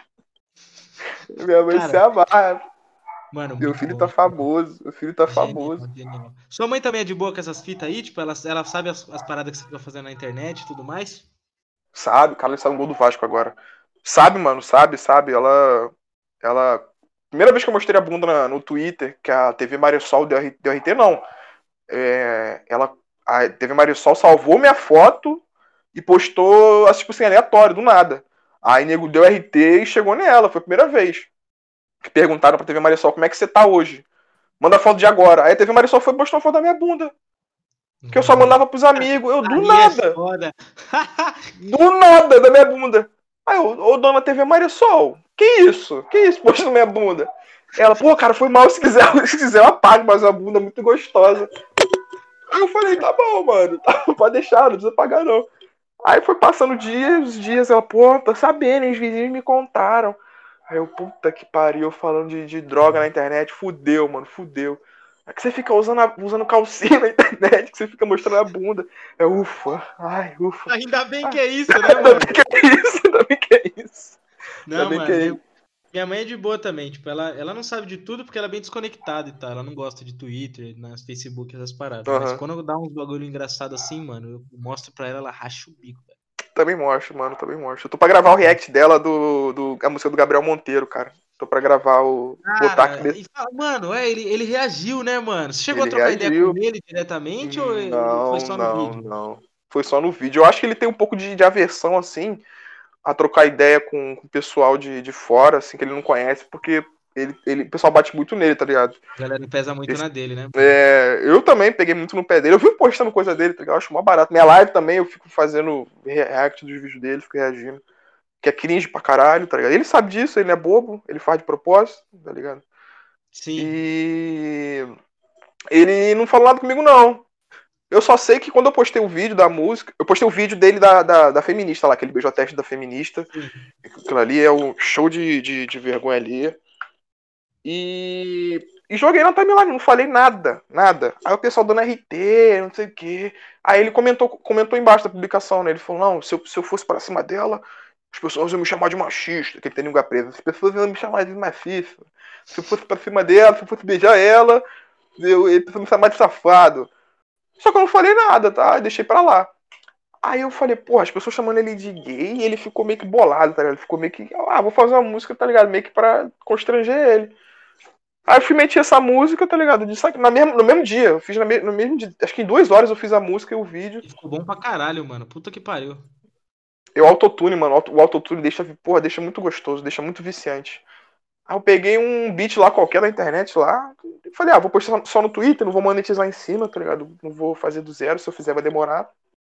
Minha mãe se Cara, amarra. mano, Meu muito filho bom, tá muito bom. famoso. Meu filho tá Genial, famoso. genial. Sua mãe também é de boa com essas fitas aí? Tipo, ela, ela sabe as, as paradas que você fica fazendo na internet e tudo mais? Sabe, o cara saiu um gol do Vasco agora. Sabe, mano, sabe, sabe. Ela. Ela. Primeira vez que eu mostrei a bunda na- no Twitter, que a T V Marisol deu, R- deu R T, não. É, ela, a T V Marisol salvou minha foto e postou, tipo assim, aleatório, do nada. Aí nego deu R T e chegou nela, foi a primeira vez. Que perguntaram pra T V Marisol como é que você tá hoje. Manda foto de agora. Aí a T V Marisol foi postar uma foto da minha bunda. Que eu só Nossa, mandava pros amigos. Eu, do aí é nada. foda. Do nada da minha bunda. Aí eu, ô dona T V Marisol, que isso? Que isso, posta na minha bunda? Ela, pô, cara, foi mal, se quiser, se quiser eu apago, mas a bunda é muito gostosa. Aí eu falei, tá bom, mano, tá, pode deixar, não precisa pagar não. Aí foi passando dias, os dias, ela, pô, tô sabendo, hein, os vizinhos me contaram. Aí eu, puta que pariu, falando de, de droga na internet, fudeu, mano, fudeu. É que você fica usando, a, usando calcinha na internet, que você fica mostrando a bunda. É ufa, ai, ufa. Ainda bem que Ah, é isso, né, ainda mano? bem que é isso, ainda bem que é isso. Ainda Não, bem que mano, é minha, isso. minha mãe é de boa também. Tipo, ela, ela não sabe de tudo porque ela é bem desconectada e tal. Ela não gosta de Twitter, nas Facebook, essas paradas. Mas Uhum. quando dá uns bagulho engraçado assim, mano, eu mostro pra ela, ela racha o bico, velho. Também mostro, mano, também mostro. Eu tô pra gravar o react dela do, do a música do Gabriel Monteiro, cara. Tô pra gravar o. Botar aqui Cara, desse. e fala, mano, é, ele, ele reagiu, né, mano? Você chegou a Ele trocar ideia com reagiu. ele diretamente ou ele- foi Não, só no não, vídeo? não. Foi só no vídeo. Eu acho que ele tem um pouco de, de aversão, assim, a trocar ideia com, com o pessoal de, de fora, assim, que ele não conhece, porque ele, ele, o pessoal bate muito nele, tá ligado? A galera pesa muito Esse- na dele, né, mano? é, eu também peguei muito no pé dele. Eu fico postando coisa dele, tá ligado? Eu acho mó barato. Minha live também, eu fico fazendo react dos vídeos dele, fico reagindo. Que é cringe pra caralho, tá ligado? Ele sabe disso, ele não é bobo, ele faz de propósito, tá ligado? Sim. E ele não falou nada comigo, não. Eu só sei que quando eu postei o vídeo da música, eu postei o vídeo dele da, da, da feminista lá, aquele beijoteste da feminista. Sim. Aquilo ali é um show de, de, de vergonha ali. E E joguei na timeline, não falei nada, nada. Aí o pessoal dando R T, não sei o quê. Aí ele comentou, comentou embaixo da publicação, né? Ele falou, não, se eu, se eu fosse pra cima dela, as pessoas iam me chamar de machista, que ele tem língua presa. As pessoas iam me chamar de machista. Se eu fosse pra cima dela, se eu fosse beijar ela, eu, ele ia me chamar de safado. Só que eu não falei nada, tá? Eu deixei pra lá. Aí eu falei, pô, as pessoas chamando ele de gay e ele ficou meio que bolado, tá ligado? Ele ficou meio que, ah, vou fazer uma música, tá ligado? Meio que pra constranger ele. Aí eu fui meter essa música, tá ligado? De saque, na mesmo, no mesmo dia, eu fiz na me, no mesmo dia, acho que em duas horas eu fiz a música e o vídeo. E ficou bom pra caralho, mano. Puta que pariu. Eu autotune, mano, o autotune deixa, porra, deixa muito gostoso, deixa muito viciante. Aí eu peguei um beat lá qualquer da internet lá, e falei, ah, vou postar só no Twitter, não vou monetizar em cima, tá ligado? Não vou fazer do zero, se eu fizer vai demorar.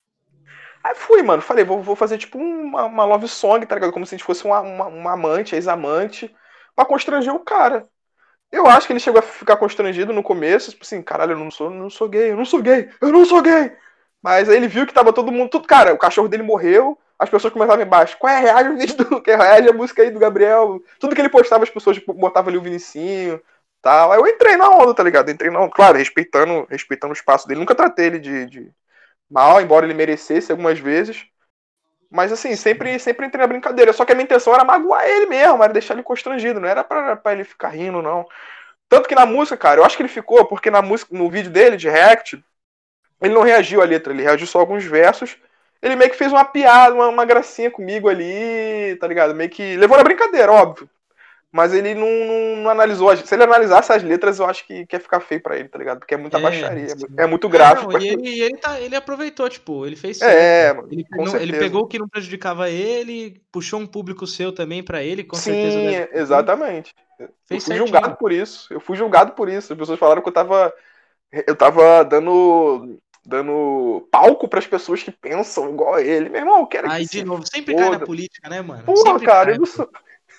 Aí fui, mano, falei, vou, vou fazer tipo uma, uma love song, tá ligado? Como se a gente fosse uma, uma, uma amante, ex-amante, pra constranger o cara. Eu acho que ele chegou a ficar constrangido no começo, tipo assim, caralho, eu não sou, não sou gay, eu não sou gay, eu não sou gay. Mas aí ele viu que tava todo mundo, tudo, cara, o cachorro dele morreu, as pessoas começavam embaixo, qual é a reage o vídeo do, que reage a música aí do Gabriel? Tudo que ele postava, as pessoas tipo, botavam ali o Vinicinho, tal. Aí eu entrei na onda, tá ligado? Entrei na onda, claro, respeitando, respeitando o espaço dele, nunca tratei ele de, de mal, embora ele merecesse algumas vezes. Mas assim, sempre, sempre entrei na brincadeira. Só que a minha intenção era magoar ele mesmo, era deixar ele constrangido, não era pra, pra ele ficar rindo, não. Tanto que na música, cara, eu acho que ele ficou, porque na música, no vídeo dele, de React, ele não reagiu à letra, ele reagiu só a alguns versos. Ele meio que fez uma piada, uma, uma gracinha comigo ali, tá ligado? Meio que levou na brincadeira, óbvio. Mas ele não, não, não analisou. Se ele analisasse as letras, eu acho que, que ia ficar feio pra ele, tá ligado? Porque é muita É, baixaria, sim. é muito É, gráfico. não, e ele, e ele, tá, ele aproveitou, tipo, ele fez É, certo. mano, Ele, com não, ele certeza. pegou o que não prejudicava ele, puxou um público seu também pra ele, com certeza Sim, deve ter. exatamente. Eu Fez fui certinho. julgado por isso. Eu fui julgado por isso. As pessoas falaram que eu tava. Eu tava dando. Dando palco pras pessoas que pensam igual a ele. Meu irmão, eu quero que Aí, de se novo, sempre cai na foda. política, né, mano? Porra, Sempre cara, cai. eu não sou.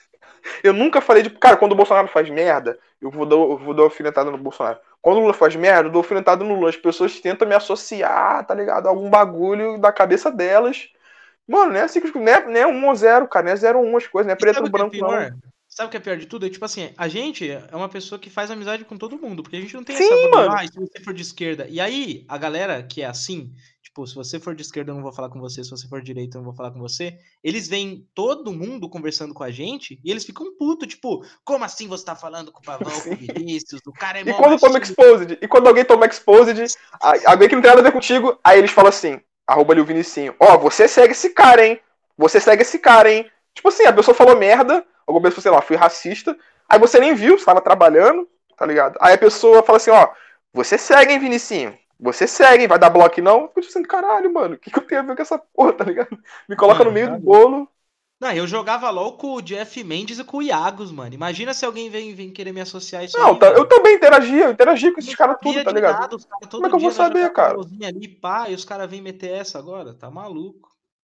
Eu nunca falei de. Cara, quando o Bolsonaro faz merda, eu vou dar, eu vou dar alfinetada no Bolsonaro. Quando o Lula faz merda, eu dou alfinetada no Lula. As pessoas tentam me associar, tá ligado? A algum bagulho da cabeça delas. Mano, não é assim que. Não é, não é um ou zero, cara. Não é zero ou um as coisas. Não é E preto sabe ou o que é branco, não. pior? Sabe o que é pior de tudo? É tipo assim, a gente é uma pessoa que faz amizade com todo mundo, porque a gente não tem essa Sim, bagulho, mano. ah, se você for de esquerda. E aí, a galera que é assim, tipo, se você for de esquerda eu não vou falar com você, se você for de direita eu não vou falar com você, eles veem todo mundo conversando com a gente e eles ficam putos, tipo, como assim você tá falando com o Pavão, com o Vinícius, o cara é E mó quando toma machinho. exposed? E quando alguém toma exposed, alguém que não tem nada a ver contigo, aí eles falam assim, arroba ali o Vinicinho, ó, oh, você segue esse cara, hein? Você segue esse cara, hein? Tipo assim, a pessoa falou merda, alguma pessoa, sei lá, fui racista, aí você nem viu, você tava trabalhando, tá ligado? Aí a pessoa fala assim, ó, você segue, hein, Vinicinho? Você segue, hein? Vai dar bloco não? Eu fico assim, caralho, mano, o que, que eu tenho a ver com essa porra, tá ligado? Me coloca Mano, no meio tá do bolo. Não, eu jogava LOL com o Jeff Mendes e com o Iagos, mano. Imagina se alguém vem, vem querer me associar a isso Não, aí, tá, eu velho. também interagia, eu interagia com Eu esses não caras tudo, sabia tá de ligado? nada, os caras Como é todo que eu vou dia nós saber, jogávamos cara? LOLzinho ali, pá, e os caras vêm meter essa agora, tá maluco.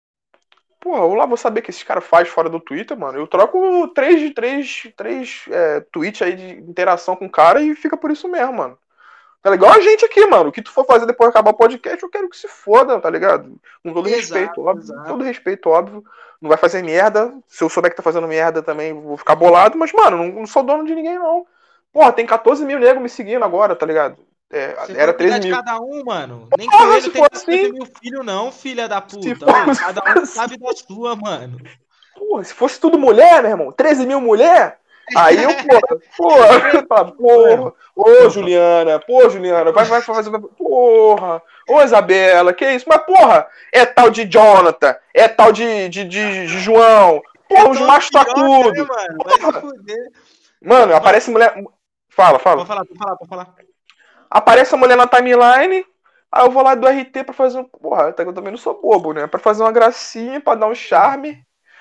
Porra, eu lá vou saber o que esses caras fazem fora do Twitter, mano. Eu troco três, três, três é, tweets aí de interação com o cara e fica por isso mesmo, mano. Tá igual a gente aqui, mano. O que tu for fazer depois de acabar o podcast, eu quero que se foda, tá ligado? Com todo respeito, Exato, óbvio. exato. Todo respeito, óbvio. Não vai fazer merda. Se eu souber que tá fazendo merda também, vou ficar bolado. Mas, mano, não, não sou dono de ninguém, não. Porra, tem catorze mil negros me seguindo agora, tá ligado? É, Se era for cuidar treze de mil. cada um, mano, nem Porra, coelho se tem for catorze assim. mil filhos, não, filha da Se puta. for, Ô, se cada for um assim. sabe da sua, mano. Porra, se fosse tudo mulher, meu irmão, treze mil mulher, aí eu, porra, porra, tá, porra, ô Juliana, pô, Juliana, vai, vai fazer, porra, ô Isabela, que isso? Mas, porra, é tal de Jonathan, é tal de, de, de, de João, porra, os machos tá tudo. Né, mano? Vai se fuder. Mano, aparece mulher. Fala, fala. Pode falar, pode falar, pode falar. Aparece a mulher na timeline. Aí eu vou lá do R T pra fazer um. Porra, eu também não sou bobo, né? Pra fazer uma gracinha, pra dar um charme.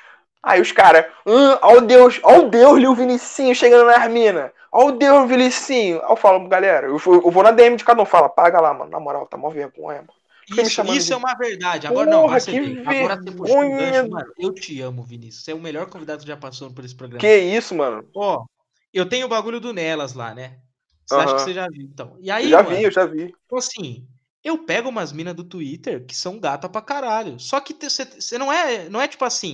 Aí os caras, hum, ó o Deus, ó o Deus, Lil Vinicinho chegando na mina. Ó o Deus, Vinicinho. Aí eu falo, galera, eu vou, eu vou na D M de cada um, fala, paga lá, mano, na moral, tá mó vergonha, mano. Isso, isso de... é uma verdade. Agora não, agora Porra, você que vem. Agora você puxou um gancho, vergonha. mano. Eu te amo, Vinícius. Você é o melhor convidado que já passou por esse programa. Que isso, mano? Ó, eu tenho o bagulho do Nelas lá, né? Você Aham. acha que você já viu, então. E aí, Eu já mano, vi, eu já vi. então assim, eu pego umas minas do Twitter que são gata pra caralho. Só que você não é, não é tipo assim,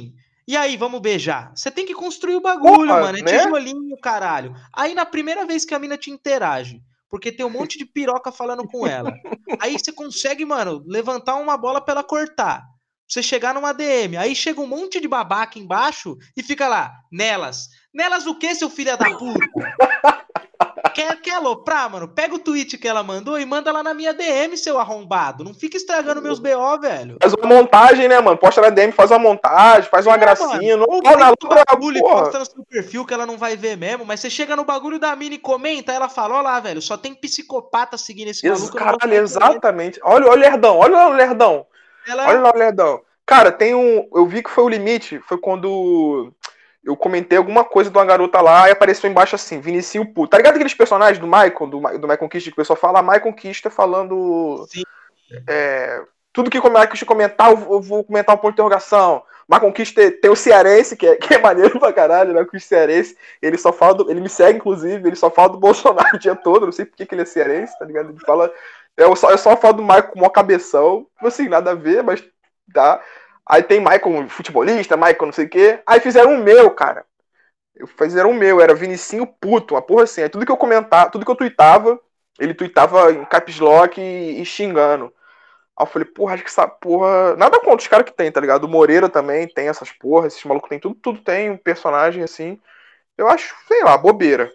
E aí, vamos beijar? Você tem que construir o bagulho, Porra, mano. É né? tijolinho, caralho. Aí, na primeira vez que a mina te interage, porque tem um monte de piroca falando com ela, aí você consegue, mano, levantar uma bola pra ela cortar. Pra você chegar numa D M. Aí chega um monte de babaca embaixo e fica lá, nelas. Nelas o quê, seu filho da puta? Quer, quer aloprar, mano? Pega o tweet que ela mandou e manda lá na minha D M, seu arrombado. Não fica estragando meus B O, velho. Faz uma montagem, né, mano? Posta na D M, faz uma montagem, faz uma É, gracinha. mano. Não Ou fala na print o Laura, bagulho e porra. posta no seu perfil que ela não vai ver mesmo. Mas você chega no bagulho da mina e comenta, ela fala, ó lá, velho, só tem psicopata seguindo esse Ex maluco, eu não vou caralho, ficar com ele. exatamente. Olha, olha o Lerdão, olha lá o Lerdão. Olha Ela... lá o Lerdão. Cara, tem um. Eu vi que foi o limite. Foi quando eu comentei alguma coisa de uma garota lá e apareceu embaixo assim, Vinicinho puto. Tá ligado aqueles personagens do Michael, do, do Michael Conquista, que o pessoal fala, Michael Conquista falando. Sim. É, tudo que o Michael Conquista comentar, eu vou comentar um ponto de interrogação. Michael Conquista tem o Cearense, que é, que é maneiro pra caralho, né? O Cearense, ele só fala do, ele me segue, inclusive, ele só fala do Bolsonaro o dia todo, não sei por que ele é cearense, tá ligado? Ele fala. Eu só, eu só falo do Michael com uma cabeção, tipo assim, nada a ver, mas tá. Aí tem Michael futebolista, Michael não sei o quê. Aí fizeram um meu, cara. Fizeram um meu, era Vinicinho puto, uma porra assim. Aí tudo que eu comentava, tudo que eu tweetava, ele tweetava em caps lock e, e xingando. Aí eu falei, porra, acho que essa porra. Nada contra os caras que tem, tá ligado? O Moreira também tem essas porras, esses malucos tem tudo, tudo tem um personagem assim. Eu acho, sei lá, bobeira.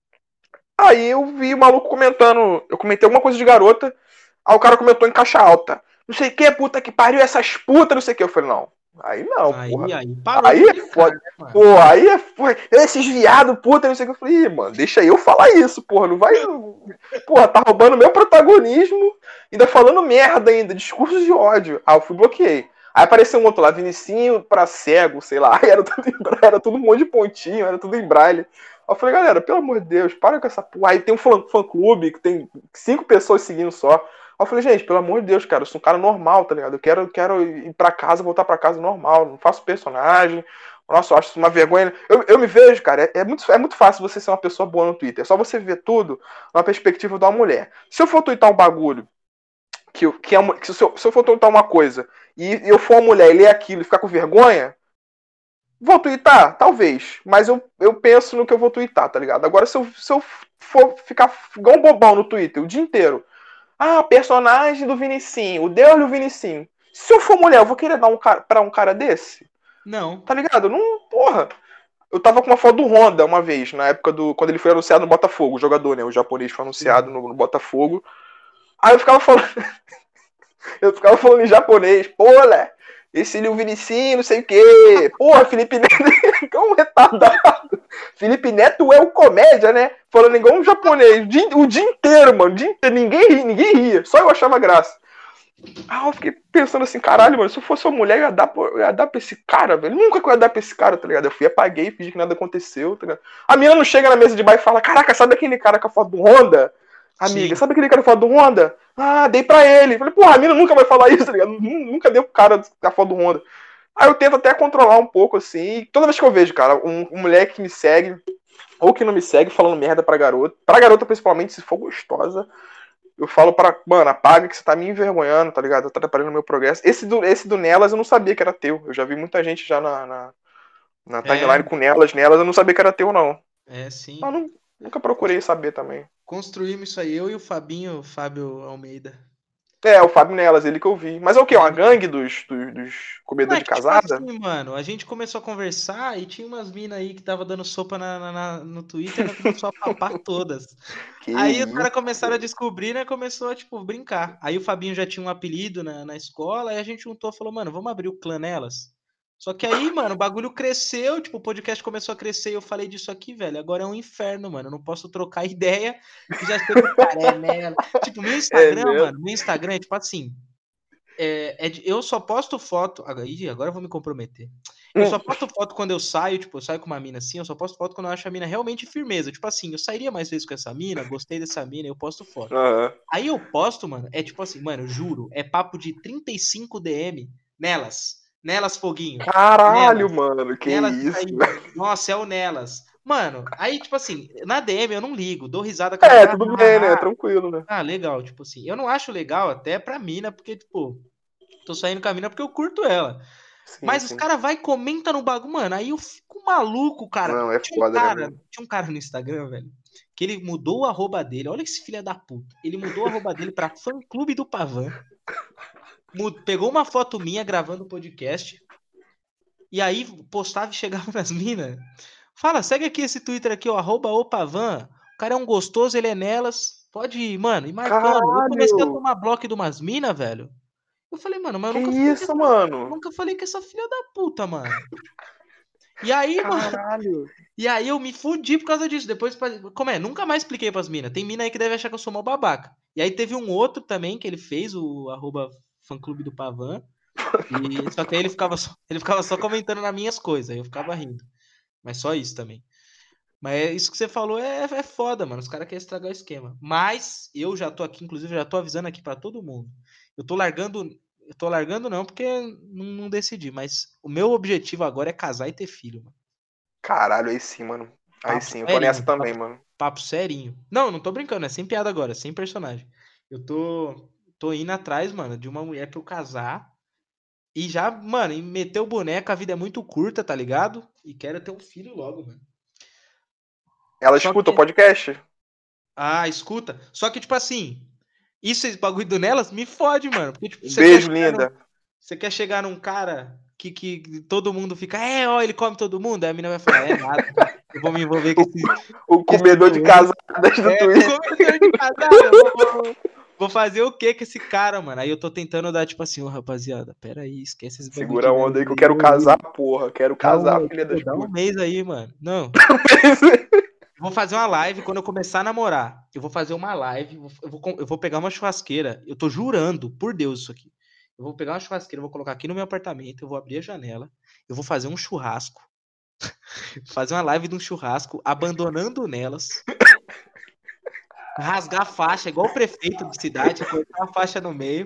Aí eu vi o maluco comentando, eu comentei alguma coisa de garota, aí o cara comentou em caixa alta. Não sei o que, puta que pariu, essas putas, não sei o que. Eu falei, não. Aí não, Aí, porra. aí, parou Aí de é brincar, foda. né, mano? Pô, aí é foda. Esses viado, puta, não sei o que. Eu falei, ih, mano, deixa eu falar isso, porra. Não vai. Porra, tá roubando meu protagonismo, ainda falando merda ainda, discursos de ódio. Ah, eu fui bloqueei. Aí apareceu um outro lá, Vinicinho pra cego, sei lá. Aí era tudo, em braille, era tudo um monte de pontinho, era tudo em braille. Aí eu falei, galera, pelo amor de Deus, para com essa porra. Aí tem um fã, fã clube que tem cinco pessoas seguindo só. Aí eu falei, gente, pelo amor de Deus, cara, eu sou um cara normal, tá ligado? Eu quero, quero ir pra casa, voltar pra casa normal, não faço personagem. Nossa, eu acho isso uma vergonha. Eu, eu me vejo, cara, é, é, muito, é muito fácil você ser uma pessoa boa no Twitter. É só você ver tudo na perspectiva de uma mulher. Se eu for twittar um bagulho, que, que, é, que se, eu, se eu for twittar uma coisa e eu for uma mulher e ler aquilo e ficar com vergonha, vou twittar? Talvez. Mas eu, eu penso no que eu vou twittar, tá ligado? Agora, se eu, se eu for ficar igual um bobão no Twitter o dia inteiro, ah, personagem do Vinicinho, o Deus do Vinicinho. Se eu for mulher, eu vou querer dar um cara, pra um cara desse? Não. Tá ligado? Não, porra. Eu tava com uma foto do Honda uma vez, na época do. Quando ele foi anunciado no Botafogo, o jogador, né? O japonês foi anunciado no, no Botafogo. Aí eu ficava falando. eu ficava falando em japonês, porra, esse ali o Vinicinho, não sei o quê. Porra, Felipe Neto é um retardado. Felipe Neto é o comédia, né? Falando igual um japonês. O dia, o dia inteiro, mano. O dia inteiro. Ninguém ria, ninguém ria. Só eu achava graça. Ah, eu fiquei pensando assim, caralho, mano, se eu fosse uma mulher, eu ia dar, eu ia dar pra esse cara, velho. Nunca que eu ia dar pra esse cara, tá ligado? Eu fui, apaguei, fingi que nada aconteceu, tá ligado? A menina não chega na mesa de bar e fala, caraca, sabe aquele cara com a foto do Honda? Amiga, Sim. sabe aquele cara com a foto do Honda? Ah, dei pra ele. Falei, porra, a menina nunca vai falar isso, tá ligado? Nunca deu pro cara com a foto do Honda. Aí eu tento até controlar um pouco, assim. Toda vez que eu vejo, cara, um, um moleque que me segue, ou que não me segue, falando merda pra garota, pra garota principalmente, se for gostosa, eu falo pra, mano, apaga que você tá me envergonhando, tá ligado? Tá atrapalhando o meu progresso. Esse do, esse do Nelas eu não sabia que era teu. Eu já vi muita gente já na, na, na timeline É, com Nelas, Nelas, eu não sabia que era teu, não. é sim. Mas não, nunca procurei saber também. Construímos isso aí, eu e o Fabinho, o Fábio Almeida. É, o Fábio Nelas, ele que eu vi. Mas é o quê? É. Uma gangue dos, dos, dos Não, comedores é de que, tipo casada? assim, mano, a gente começou a conversar e tinha umas minas aí que tava dando sopa na, na- na- no Twitter, né? Começou a papar todas. Que Aí os isso. caras começaram a descobrir, né? Começou a, tipo, brincar. Aí o Fabinho já tinha um apelido na, na escola, aí a gente juntou e falou, mano, vamos abrir o clã nelas? Só que aí, mano, o bagulho cresceu, tipo, o podcast começou a crescer e eu falei disso aqui, velho. Agora é um inferno, mano. Eu não posso trocar ideia e já chega o cara, é nela. Tipo, meu É Instagram, mesmo? mano, meu Instagram é tipo assim. É, é de- eu só posto foto. Agora, ih, agora eu vou me comprometer. Eu Hum. só posto foto quando eu saio, tipo, eu saio com uma mina assim, eu só posto foto quando eu acho a mina realmente firmeza. Tipo assim, eu sairia mais vezes com essa mina, gostei dessa mina, eu posto foto. Aham. Aí eu posto, mano, é tipo assim, mano, eu juro, é papo de trinta e cinco D M nelas. Nelas, foguinho. Caralho, Nelas. mano, que Nelas, isso isso. aí. Nossa, é o nelas. Mano, aí, tipo assim, na D M eu não ligo, dou risada com a É, mina. tudo Ah, bem, né? ah, Tranquilo, né? ah, legal, tipo assim. Eu não acho legal até pra mina, porque, tipo, tô saindo com a mina porque eu curto ela. Sim, Mas os sim. caras vai e comenta no bagulho, mano. Aí eu fico maluco, cara. Não, é Tinha um foda, né, cara, meu? tinha um cara no Instagram, velho, que ele mudou o arroba dele. Olha esse filho da puta. Ele mudou o arroba dele pra fã-clube do Pavan. mu- Pegou uma foto minha gravando o podcast. E aí postava e chegava nas minas. Fala, segue aqui esse Twitter aqui, ó, arroba o Pavan. O cara é um gostoso, ele é nelas. Pode ir, mano, e marcando. Eu comecei a Caralho! tomar bloco de umas minas, velho. Eu falei, mano, mas eu Que nunca falei que isso, essa, mano? nunca falei que essa filha da puta, mano. E aí, mano, Caralho! e aí eu me fudi por causa disso. Depois, pra- como é? Nunca mais expliquei pras minas. Tem mina aí que deve achar que eu sou mó babaca. E aí teve um outro também que ele fez, o arroba fã-clube do Pavan. E só que aí ele ficava só, ele ficava só comentando nas minhas coisas. Aí eu ficava rindo. Mas só isso também. Mas é isso que você falou é, é foda, mano. Os caras querem estragar o esquema. Mas eu já tô aqui, inclusive, já tô avisando aqui pra todo mundo. Eu tô largando. Eu tô largando não, porque não, não decidi. Mas o meu objetivo agora é casar e ter filho, mano. Caralho, aí sim, mano. Aí Papo sim, eu tô nessa serinho. também, Papo, mano. papo serinho. Não, não tô brincando, é sem piada agora, sem personagem. Eu tô, tô indo atrás, mano, de uma mulher pra eu casar. E já, mano, e meter o boneco, a vida é muito curta, tá ligado? E quero ter um filho logo, mano. Ela Só escuta o que. podcast? Ah, escuta. Só que, tipo assim, isso, esse bagulho do nelas me fode, mano. Porque, tipo, Um você quer beijo, chegar num, linda. você quer chegar num cara que, que todo mundo fica, é, ó, ele come todo mundo. Aí a menina vai falar, é nada. Eu vou me envolver com O, esse, o com esse comedor de doente. casadas do É, Twitter. comedor de casada. Eu vou, vou, vou fazer o que com esse cara, mano? Aí eu tô tentando dar, tipo assim, ô, rapaziada, pera aí, esquece esse bagulho Segura de a onda nelas aí que eu aí. quero casar, Ô, porra. Quero dá um, casar, filha das pô, dá um putas. mês aí, mano. Não, eu vou fazer uma live quando eu começar a namorar. Eu vou fazer uma live. Eu vou, eu vou, eu vou pegar uma churrasqueira. Eu tô jurando, por Deus, isso aqui. Eu vou pegar uma churrasqueira, eu vou colocar aqui no meu apartamento. Eu vou abrir a janela. Eu vou fazer um churrasco. Fazer uma live de um churrasco, abandonando nelas. Rasgar a faixa, igual o prefeito de cidade, cortar a faixa no meio.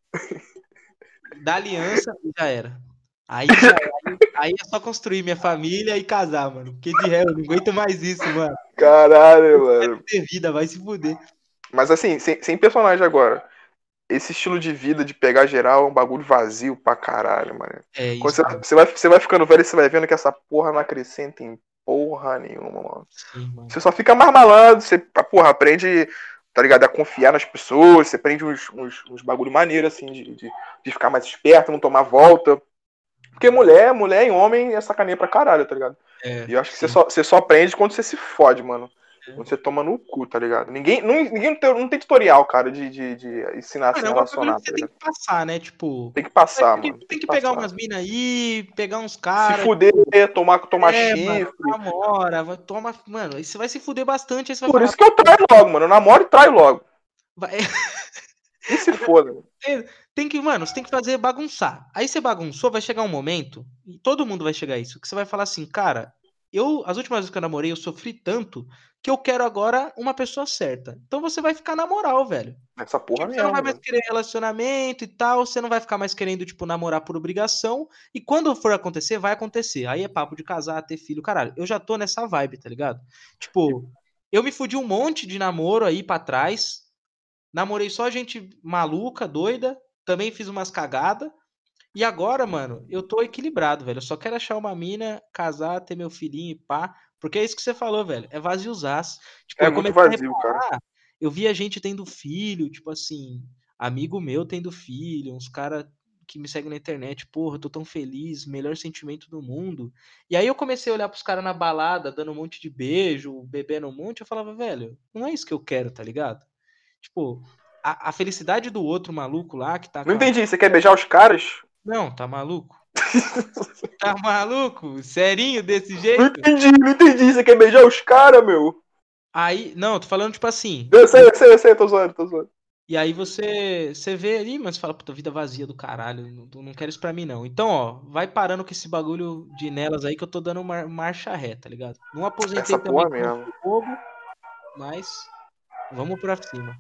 Dar aliança e já era. Aí já aí, aí é só construir minha família e casar, mano. Porque de réu, eu não aguento mais isso, mano. Caralho, mano. Ter vida, vai se fuder. Mas assim, sem, sem personagem agora. Esse estilo de vida de pegar geral é um bagulho vazio pra caralho, mano. É Quando isso, você, você, vai, você vai ficando velho e você vai vendo que essa porra não acrescenta em porra nenhuma, mano. sim, mano. Você só fica mais malandro, você, porra, aprende, tá ligado, a confiar nas pessoas, você aprende uns, uns, uns bagulho maneiro, assim, de, de, de ficar mais esperto, não tomar volta. Porque mulher, mulher e homem é sacaneia pra caralho, tá ligado? É, E eu acho que você sim. só, você só aprende quando você se fode, mano. É. Quando você toma no cu, tá ligado? Ninguém, não, ninguém tem, não tem tutorial, cara, de, de, de ensinar a se Mano, é uma bagulho relacionar, que tá você tem ligado? que passar, né? Tipo, Tem que vai passar, ter que, mano. Tem tem que que pegar passar. umas minas aí, pegar uns Se caras. fuder, tomar, tomar É, mano, chifre. namora, vai, toma. Mano, aí você vai se fuder bastante, aí você vai Por falar. isso que eu traio logo, mano. Eu namoro e traio logo. Vai... E se foda. É, tem que, mano, você tem que fazer bagunçar. Aí você bagunçou, vai chegar um momento, e todo mundo vai chegar a isso, que você vai falar assim, cara, eu, as últimas vezes que eu namorei, eu sofri tanto que eu quero agora uma pessoa certa. Então você vai ficar na moral, velho. Essa porra Tipo, você não vai mesmo, mais mano. querer relacionamento e tal, você não vai ficar mais querendo, tipo, namorar por obrigação. E quando for acontecer, vai acontecer. Aí é papo de casar, ter filho, caralho. Eu já tô nessa vibe, tá ligado? Tipo, eu me fudi um monte de namoro aí pra trás. Namorei só gente maluca, doida. Também fiz umas cagadas. E agora, mano, eu tô equilibrado, velho. Eu só quero achar uma mina, casar, ter meu filhinho e pá. Porque é isso que você falou, velho. É vaziosaço. Tipo, É eu muito comecei a vazio, cara. reparar. Eu via gente tendo filho, tipo assim, amigo meu tendo filho, uns caras que me seguem na internet, porra, eu tô tão feliz, melhor sentimento do mundo. E aí eu comecei a olhar pros caras na balada, dando um monte de beijo, bebendo um monte, eu falava, velho, não é isso que eu quero, tá ligado? Tipo, a, a felicidade do outro maluco lá que tá Não com a. entendi. Você quer beijar os caras? Não, tá maluco? Tá maluco? Serinho desse Não jeito? entendi, não entendi. Você quer beijar os caras, meu? Aí, não, tô falando tipo assim. Eu sei, eu sei, eu sei, tô zoando, tô zoando. E aí você, você vê ali, mas fala, puta, vida vazia do caralho, não, não quero isso pra mim não. Então, ó, vai parando com esse bagulho de nelas aí que eu tô dando mar- marcha ré, tá ligado? Não Essa aposentei também porra que nem mesmo. um bobo, mas vamos pra cima.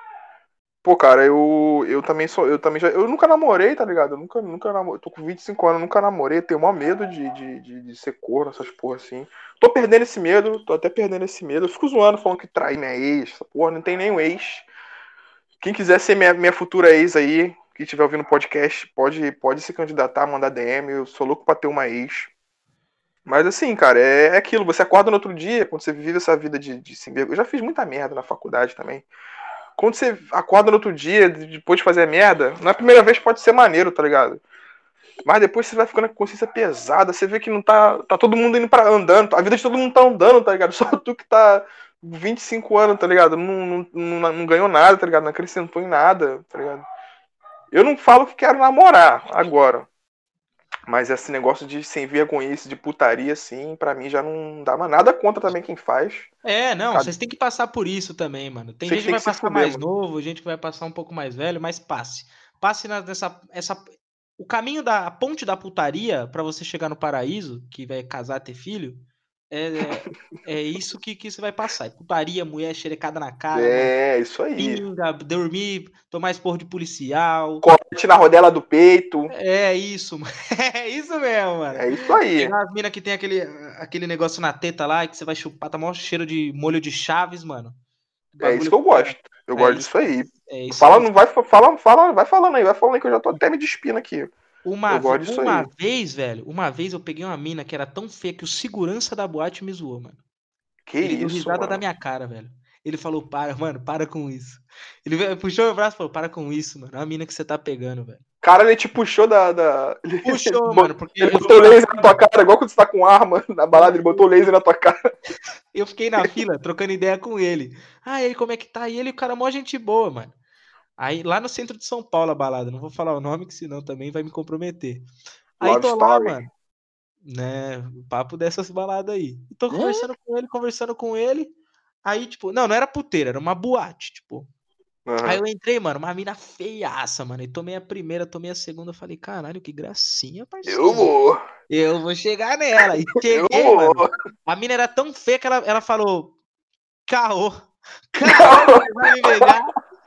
Pô, cara, eu, eu também sou. Eu também já. Eu nunca namorei, tá ligado? Eu nunca, nunca namorei. Tô com vinte e cinco anos, nunca namorei. Tenho maior medo de, de, de, de ser corno, essas porra assim. Tô perdendo esse medo, tô até perdendo esse medo. Eu fico zoando, falando que traí minha ex, essa porra, não tem nenhum ex. Quem quiser ser minha, minha futura ex aí, que estiver ouvindo o podcast, pode, pode se candidatar, mandar D M. Eu sou louco pra ter uma ex. Mas assim, cara, é, é aquilo. Você acorda no outro dia, quando você vive essa vida de, de se envergonhar. Eu já fiz muita merda na faculdade também. Quando você acorda no outro dia, depois de fazer a merda, na primeira vez pode ser maneiro, tá ligado? Mas depois você vai ficando com a consciência pesada, você vê que não tá. Tá todo mundo indo pra andando. A vida de todo mundo tá andando, tá ligado? Só tu que tá vinte e cinco anos, tá ligado? Não, não, não, não ganhou nada, tá ligado? Não acrescentou em nada, tá ligado? Eu não falo que quero namorar agora. Mas esse negócio de sem vergonhice, de putaria, assim, pra mim já não dá mais nada contra também quem faz. É, não, Cada... vocês têm que passar por isso também, mano. Tem Vocês gente que têm vai que se passar fuder, mais mano. novo, gente que vai passar um pouco mais velho, mas passe. Passe na- nessa. Essa, o caminho da a ponte da putaria pra você chegar no paraíso, que vai casar, ter filho, é, é, é isso que, que você vai passar. É putaria, mulher xerecada na cara, mano. É, isso aí. Pinga, dormir, tomar esporro de policial. Corte na rodela do peito. É isso, mano. É isso mesmo, mano. É isso aí. Pegar as minas que tem aquele, aquele negócio na teta lá, que você vai chupar, tá maior cheiro de molho de chaves, mano. É isso Bagulho. que eu gosto. Eu É gosto isso, disso aí. é isso Fala, aí. não vai, fala, fala, vai falando aí, vai falando aí que eu já tô até me despindo aqui. Uma, Eu ve- gosto disso uma aí. vez, velho, uma vez eu peguei uma mina que era tão feia que o segurança da boate me zoou, mano. Que Ele deu isso, risada da mano. minha cara, velho. Ele falou, para, mano, para com isso. Ele veio- puxou meu braço e falou, para com isso, mano. É a mina que você tá pegando, velho. Cara, ele te puxou da. da... Ele, Puxou, bot- mano, porque ele eu botou fiquei na laser na tua cara, igual quando você tá com arma na balada, ele botou laser na tua cara. Eu fiquei na fila trocando ideia com ele. Ah, e aí, como é que tá? E ele, o cara, mó gente boa, mano. Aí, lá no centro de São Paulo, a balada. Não vou falar o nome, que senão também vai me comprometer. Aí Love tô lá, Story. mano. Né? O papo dessas baladas aí. E tô Hum? conversando com ele, conversando com ele. Aí, tipo, não, não era puteira, era uma boate, tipo. Aí Uhum. eu entrei, mano, uma mina feiaça, mano. E tomei a primeira, tomei a segunda. Falei, caralho, que gracinha, Eu parceiro. vou. Eu vou chegar nela. E Eu cheguei, mano. vou. A mina era tão feia que ela, ela falou, caô. Caô, você vai me beijar?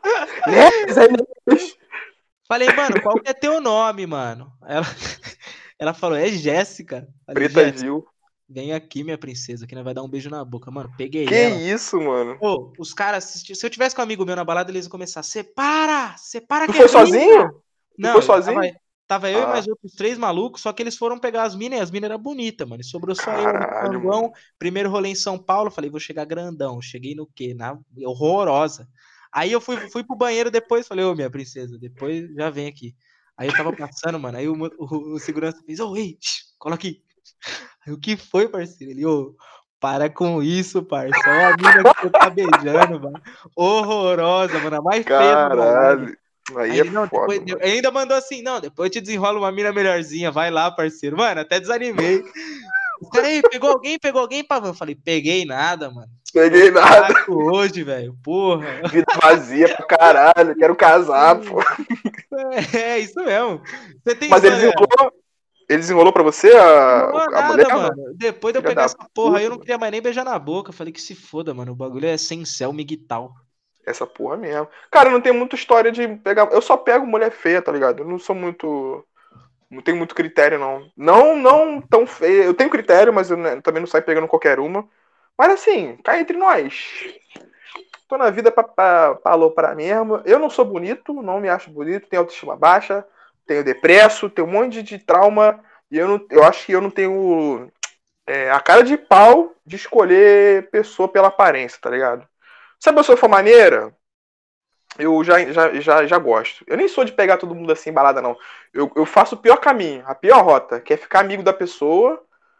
Falei, mano, qual que é teu nome, mano? Ela, ela falou, é Jéssica. Falei, Preta Jéssica, Gil. vem aqui, minha princesa, que nós vai dar um beijo na boca. Mano, peguei Que ela. isso, mano? Pô, os caras, se se eu tivesse com um amigo meu na balada, eles iam começar, separa, separa Tu que foi é briga. sozinho? Tu Não, foi eu tava, sozinho? tava eu e Ah. mais outros três malucos, só que eles foram pegar as minas e as minas eram bonitas, mano. E sobrou só eu ali com o Caralho, Manguão. mano. Primeiro rolê em São Paulo, falei, vou chegar grandão. Cheguei no quê? Na horrorosa. Aí eu fui, fui pro banheiro depois, falei, ô minha princesa, depois já vem aqui. Aí eu tava passando, mano, aí o, o, o segurança fez, ô, ei, shh, cola aqui. Aí o que foi, parceiro? Ele, ô, para com isso, parça. Olha a mina que você tá beijando, mano. Horrorosa, mano, a mais feia da balada. Caralho. Aí, Aí é ele, não, foda, depois, mano. ainda mandou assim, não, depois eu te desenrola uma mina melhorzinha, vai lá, parceiro. Mano, até desanimei. Os caras aí, pegou alguém, pegou alguém, Pavão? Eu falei, peguei nada, mano. Peguei Tô nada. fraco hoje, velho, porra. Vida vazia pra caralho. Quero casar, pô. É, isso mesmo. Você tem Mas ele história... desenrolou, ele desenrolou pra você a, Não rolou a nada, mulher? mano. Depois de eu Filha pegar da essa porra aí, eu puta, não queria mais nem beijar na boca. Eu falei que se foda, mano. O bagulho é sem céu, miguital. Essa porra mesmo. Cara, eu não tenho muita história de pegar. Eu só pego mulher feia, tá ligado? Eu não sou muito. Não tenho muito critério, não. Não, não tão feia. Eu tenho critério, mas eu né, também não saio pegando qualquer uma. Mas assim, cá entre nós. Tô na vida pra, pra, pra aloprar mesmo. Eu não sou bonito, não me acho bonito, tenho autoestima baixa, tenho depresso, tenho um monte de trauma. E eu, não, eu acho que eu não tenho é, a cara de pau de escolher pessoa pela aparência, tá ligado? Se a pessoa for maneira, eu já, já, já, já gosto. Eu nem sou de pegar todo mundo assim em balada, não. Eu, eu faço o pior caminho, a pior rota, que é ficar amigo da pessoa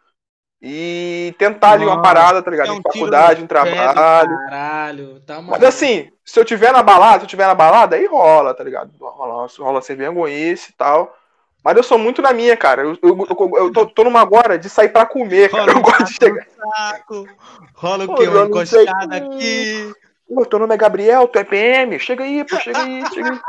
e tentar ali uma Nossa, parada, tá ligado? é Em um tiro no faculdade, em pé do trabalho. caralho. Tá uma... Mas assim, se eu tiver na balada, se eu tiver na balada, aí rola, tá ligado? Rola, rola sem vergonhice e tal. Mas eu sou muito na minha, cara. Eu, eu, eu, eu tô, tô numa agora de sair pra comer, cara. Rola Eu um gosto de taco chegar. no saco. Rola o Pô, quê? Uma eu não sei. encoxada aqui. Pô, teu nome é Gabriel, tu é P M. Chega aí, pô, chega aí, chega aí.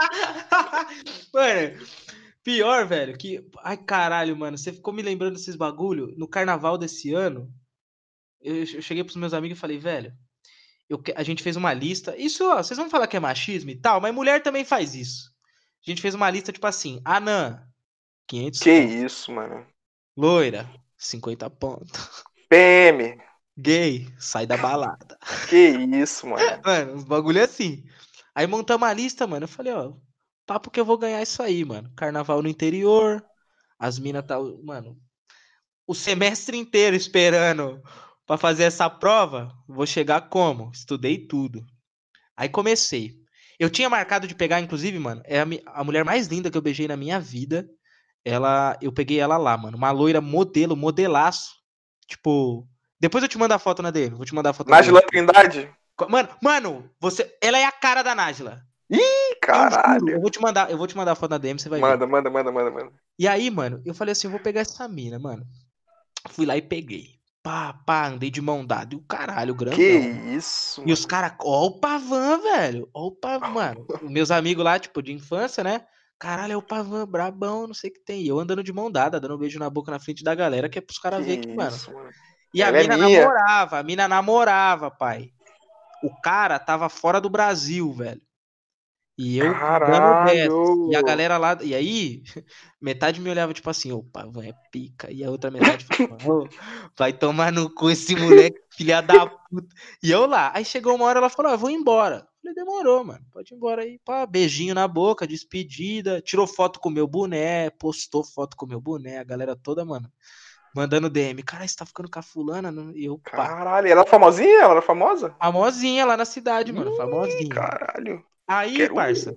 Mano, pior, velho, que... Ai, caralho, mano. Você ficou me lembrando desses bagulho. No carnaval desse ano, eu eu cheguei pros meus amigos e falei, velho, eu que- a gente fez uma lista. Isso, ó, vocês vão falar que é machismo e tal, mas mulher também faz isso. A gente fez uma lista, tipo assim, Anã, quinhentos Que pontos. isso, mano. Loira, cinquenta pontos. P M. Gay, sai da balada. Que isso, mano. Mano, os bagulho é assim. Aí montamos a lista, mano. Eu falei, ó, papo que eu vou ganhar isso aí, mano. Carnaval no interior, as minas tá, mano, o semestre inteiro esperando pra fazer essa prova, vou chegar como? Estudei tudo. Aí comecei. Eu tinha marcado de pegar, inclusive, mano, é a, mi- a mulher mais linda que eu beijei na minha vida. Ela, eu peguei ela lá, mano. Uma loira modelo, modelaço. Tipo, depois eu te mando a foto na D M. Vou te mandar a foto na D M. Nájila Trindade? Mano, mano, você, ela é a cara da Nájila. Ih, Eu juro, eu caralho. vou te mandar, eu vou te mandar a foto na D M, você vai ver. Manda, manda, manda, manda, manda. E aí, mano, eu falei assim, eu vou pegar essa mina, mano. Fui lá e peguei. Pá, pá, andei de mão dada. E o caralho, Que grandão, mano. isso, E os mano. caras, ó o Pavan, velho. Ó o Pavan, mano. Os meus amigos lá, tipo, de infância, né? Caralho, é o Pavan, brabão, não sei o que tem. E eu andando de mão dada, dando um beijo na boca na frente da galera, que é pros Que caras verem que, mano. isso, mano. E a Ela é mina minha. namorava, a mina namorava, pai. O cara tava fora do Brasil, velho. E eu dando dessas. E a Caralho. galera lá. E aí, metade me olhava tipo assim, opa, vai, é pica. E a outra metade falava, ô, vai tomar no cu esse moleque, filha da puta. E eu lá. Aí chegou uma hora, ela falou, ah, vou embora. Falei, demorou, mano. Pode ir embora aí. Pá, beijinho na boca, despedida. Tirou foto com o meu boné, postou foto com o meu boné. A galera toda, mano, mandando D M. Cara, você tá ficando com a fulana? E eu, pá. Caralho. Ela é famosinha? Ela era famosa? Famosinha lá na cidade, mano. Ih, Famosinha. caralho. Aí, Quero parça. ver.